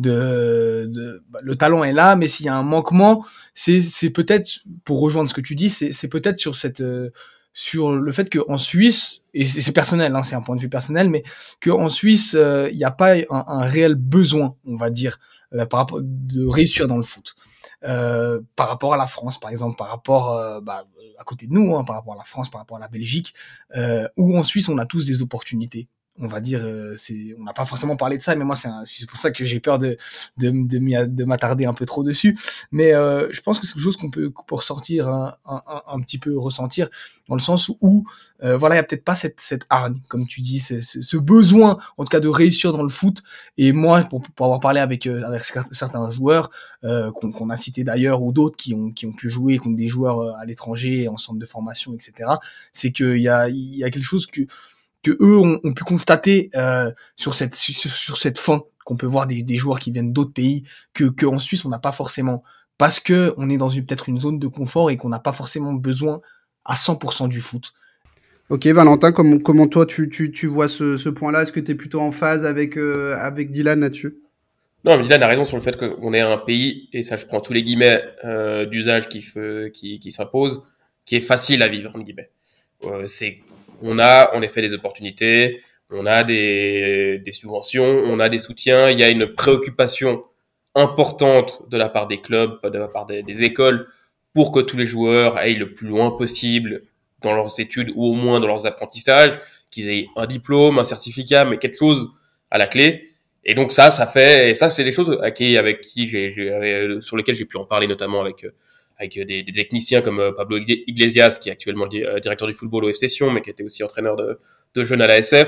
le talent est là, mais s'il y a un manquement, c'est peut-être, pour rejoindre ce que tu dis, c'est peut-être sur le fait qu'en Suisse, et c'est personnel, hein, c'est un point de vue personnel, mais qu'en Suisse, il n'y a pas un réel besoin, on va dire, par rapport de réussir dans le foot. Par rapport à la France, par exemple, par rapport à côté de nous, hein, par rapport à la France, par rapport à la Belgique, où en Suisse on a tous des opportunités. On va dire, on n'a pas forcément parlé de ça, mais moi c'est pour ça que j'ai peur de m'attarder un peu trop dessus. Mais je pense que c'est quelque chose qu'on peut ressortir un petit peu ressentir dans le sens où voilà, il y a peut-être pas cette hargne, comme tu dis, ce besoin en tout cas de réussir dans le foot. Et moi, pour avoir parlé avec certains joueurs qu'on a cités d'ailleurs ou d'autres qui ont pu jouer contre des joueurs à l'étranger en centre de formation, etc. C'est qu'il y a quelque chose que eux ont pu constater sur cette fin qu'on peut voir des joueurs qui viennent d'autres pays que en Suisse on n'a pas forcément, parce que on est dans peut-être une zone de confort et qu'on n'a pas forcément besoin à 100% du foot. Ok, Valentin, comment toi tu vois ce point-là? Est-ce que tu es plutôt en phase avec Dylan là-dessus? Non, mais Dylan a raison sur le fait qu'on est un pays, et ça je prends tous les guillemets d'usage qui s'impose, qui est facile à vivre, entre guillemets. On a en effet des opportunités, on a des subventions, on a des soutiens, il y a une préoccupation importante de la part des clubs, de la part des écoles, pour que tous les joueurs aillent le plus loin possible dans leurs études ou au moins dans leurs apprentissages, qu'ils aient un diplôme, un certificat, mais quelque chose à la clé. Et donc ça c'est des choses sur lesquelles j'ai pu en parler notamment avec des techniciens comme Pablo Iglesias, qui est actuellement le directeur du football au FC Sion, mais qui était aussi entraîneur de jeunes à la SF.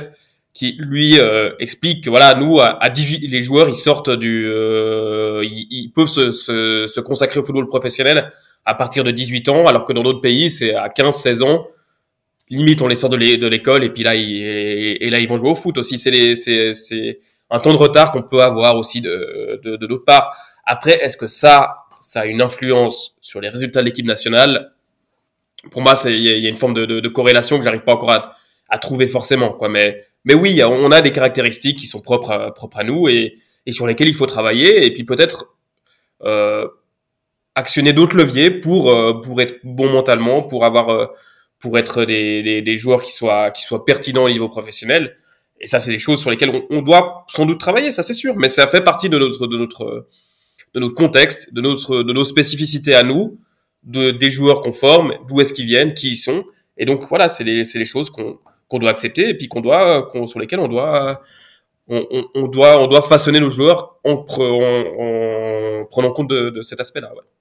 qui lui explique que voilà, nous les joueurs ils sortent ils peuvent se consacrer au football professionnel à partir de 18 ans, alors que dans d'autres pays c'est à 15-16 ans. Limite on les sort de l'école et puis là ils vont jouer au foot aussi. C'est un temps de retard qu'on peut avoir aussi de notre part. Après, est-ce que ça a une influence sur les résultats de l'équipe nationale? Pour moi, il y a une forme de corrélation que j'arrive pas encore à trouver forcément, quoi. Mais oui, on a des caractéristiques qui sont propres à nous et sur lesquelles il faut travailler et puis peut-être euh, actionner d'autres leviers pour être bon mentalement, pour être des joueurs qui soient pertinents au niveau professionnel. Et ça, c'est des choses sur lesquelles on doit sans doute travailler, ça c'est sûr. Mais ça fait partie de notre contexte, de nos spécificités à nous, des joueurs qu'on forme, d'où est-ce qu'ils viennent, qui ils sont. Et donc voilà, c'est les choses qu'on doit accepter et puis sur lesquelles on doit façonner nos joueurs en prenant compte de cet aspect-là. Ouais.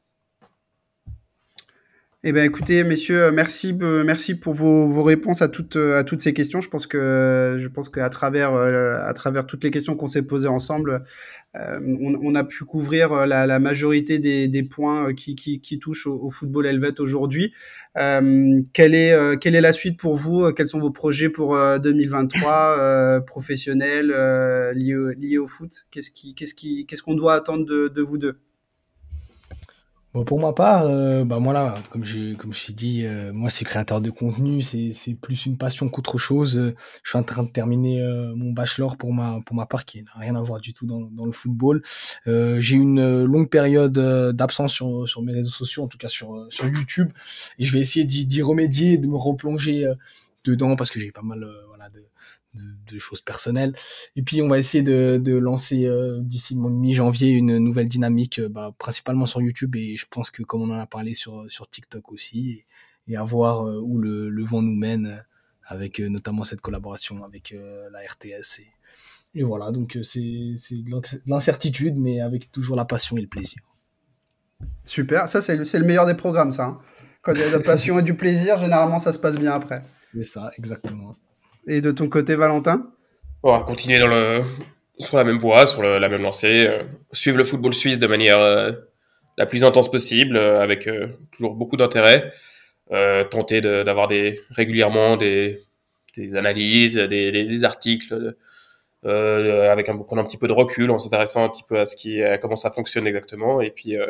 Eh ben, écoutez, messieurs, merci pour vos réponses à toutes ces questions. Je pense qu'à à travers toutes les questions qu'on s'est posées ensemble, on a pu couvrir la majorité des points qui touchent au football helvète aujourd'hui. Quelle est la suite pour vous? Quels sont vos projets pour 2023 professionnels liés au foot? Qu'est-ce qu'on doit attendre de vous deux? Bon, pour ma part, moi là, comme je t'ai dit, moi, c'est créateur de contenu, c'est plus une passion qu'autre chose. Je suis en train de terminer mon bachelor pour ma part, qui n'a rien à voir du tout dans le football. J'ai eu une longue période d'absence sur mes réseaux sociaux, en tout cas sur YouTube, et je vais essayer d'y remédier, de me replonger dedans parce que j'ai pas mal voilà de choses personnelles. Et puis on va essayer de lancer d'ici mi-janvier une nouvelle dynamique, principalement sur YouTube, et je pense que comme on en a parlé sur TikTok aussi, et à voir où le vent nous mène avec notamment cette collaboration avec la RTS, et voilà, donc c'est de l'incertitude, mais avec toujours la passion et le plaisir. Super, ça c'est le meilleur des programmes, ça, hein. Quand il y a de la passion et du plaisir, généralement ça se passe bien après. C'est ça, exactement. Et de ton côté, Valentin? On va continuer sur la même voie, sur la même lancée, suivre le football suisse de manière la plus intense possible, avec toujours beaucoup d'intérêt, tenter d'avoir régulièrement des analyses, des articles, prendre un petit peu de recul en s'intéressant un petit peu à comment ça fonctionne exactement, et puis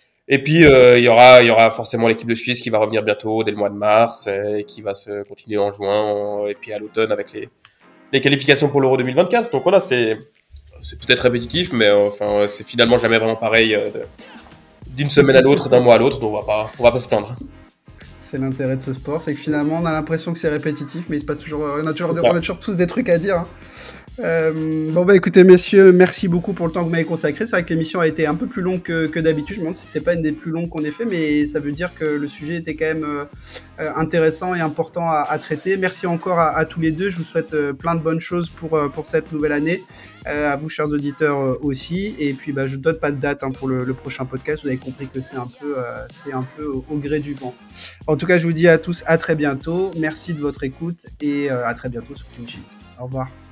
il y aura forcément l'équipe de Suisse qui va revenir bientôt dès le mois de mars et qui va se continuer en juin et puis à l'automne avec les qualifications pour l'Euro 2024. Donc voilà, c'est peut-être répétitif, mais enfin c'est finalement jamais vraiment pareil d'une semaine à l'autre, d'un mois à l'autre, donc on va pas se plaindre. C'est l'intérêt de ce sport, c'est que finalement on a l'impression que c'est répétitif, mais il se passe toujours, on a toujours tous des trucs à dire, hein. Écoutez messieurs, merci beaucoup pour le temps que vous m'avez consacré. C'est vrai que l'émission a été un peu plus longue que d'habitude. Je me demande si c'est pas une des plus longues qu'on ait fait, mais ça veut dire que le sujet était quand même intéressant et important à traiter. Merci encore à tous les deux. Je vous souhaite plein de bonnes choses pour cette nouvelle année. À vous chers auditeurs aussi. Et puis je ne donne pas de date pour le prochain podcast. Vous avez compris que c'est un peu au gré du vent. En tout cas, je vous dis à tous à très bientôt. Merci de votre écoute et à très bientôt sur Clean Sheet. Au revoir.